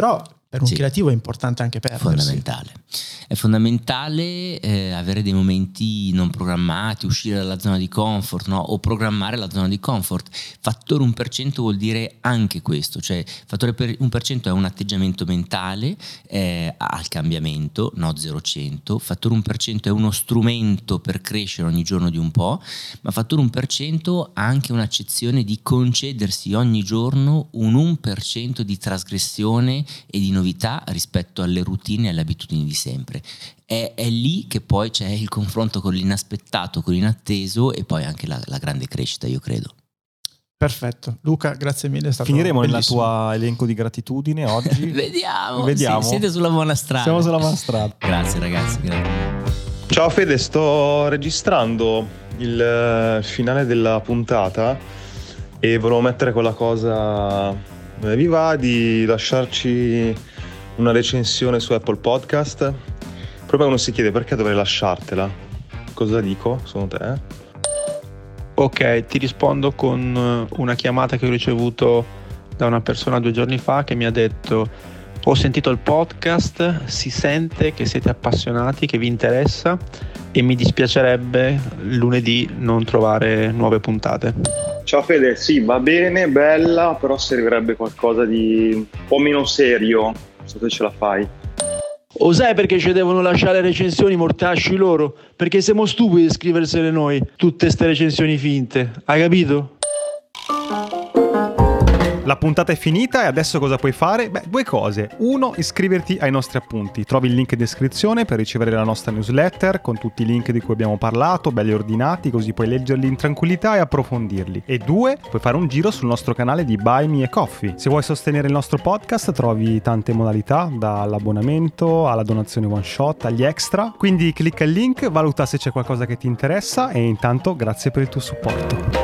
per un sì. creativo è importante anche perdersi. Fondamentale. È fondamentale eh, avere dei momenti non programmati, uscire dalla zona di comfort, no? O programmare la zona di comfort. Fattore uno per cento vuol dire anche questo, cioè fattore per uno per cento è un atteggiamento mentale eh, al cambiamento, no zero cento. Fattore uno per cento è uno strumento per crescere ogni giorno di un po', ma fattore uno per cento ha anche un'accezione di concedersi ogni giorno un uno per cento di trasgressione e di novità rispetto alle routine e alle abitudini di sempre. È, è lì che poi c'è il confronto con l'inaspettato, con l'inatteso e poi anche la, la grande crescita, io credo. Perfetto, Luca, grazie mille. È stato Finiremo bellissimo. nella tua elenco di gratitudine oggi. Vediamo, Vediamo. Sì, siete sulla buona strada. Siamo sulla buona strada. Grazie ragazzi, grazie. Ciao Fede, sto registrando il finale della puntata e volevo mettere quella cosa. Vi va di lasciarci una recensione su Apple Podcast? Proprio uno si chiede perché dovrei lasciartela. Cosa dico secondo te? Ok, ti rispondo con una chiamata che ho ricevuto da una persona due giorni fa che mi ha detto: ho sentito il podcast, si sente che siete appassionati, che vi interessa e mi dispiacerebbe lunedì non trovare nuove puntate. Ciao Fede, sì, va bene, bella, però servirebbe qualcosa di un po' meno serio, non so se ce la fai. O sai perché ci devono lasciare recensioni mortacci loro? Perché siamo stupidi di scriversele noi, tutte ste recensioni finte, hai capito? La puntata è finita e adesso cosa puoi fare? Beh, due cose. Uno, iscriverti ai nostri appunti. Trovi il link in descrizione per ricevere la nostra newsletter con tutti i link di cui abbiamo parlato, belli ordinati, così puoi leggerli in tranquillità e approfondirli. E due, puoi fare un giro sul nostro canale di Buy Me a Coffee. Se vuoi sostenere il nostro podcast trovi tante modalità, dall'abbonamento alla donazione one shot, agli extra. Quindi clicca il link, valuta se c'è qualcosa che ti interessa e intanto grazie per il tuo supporto.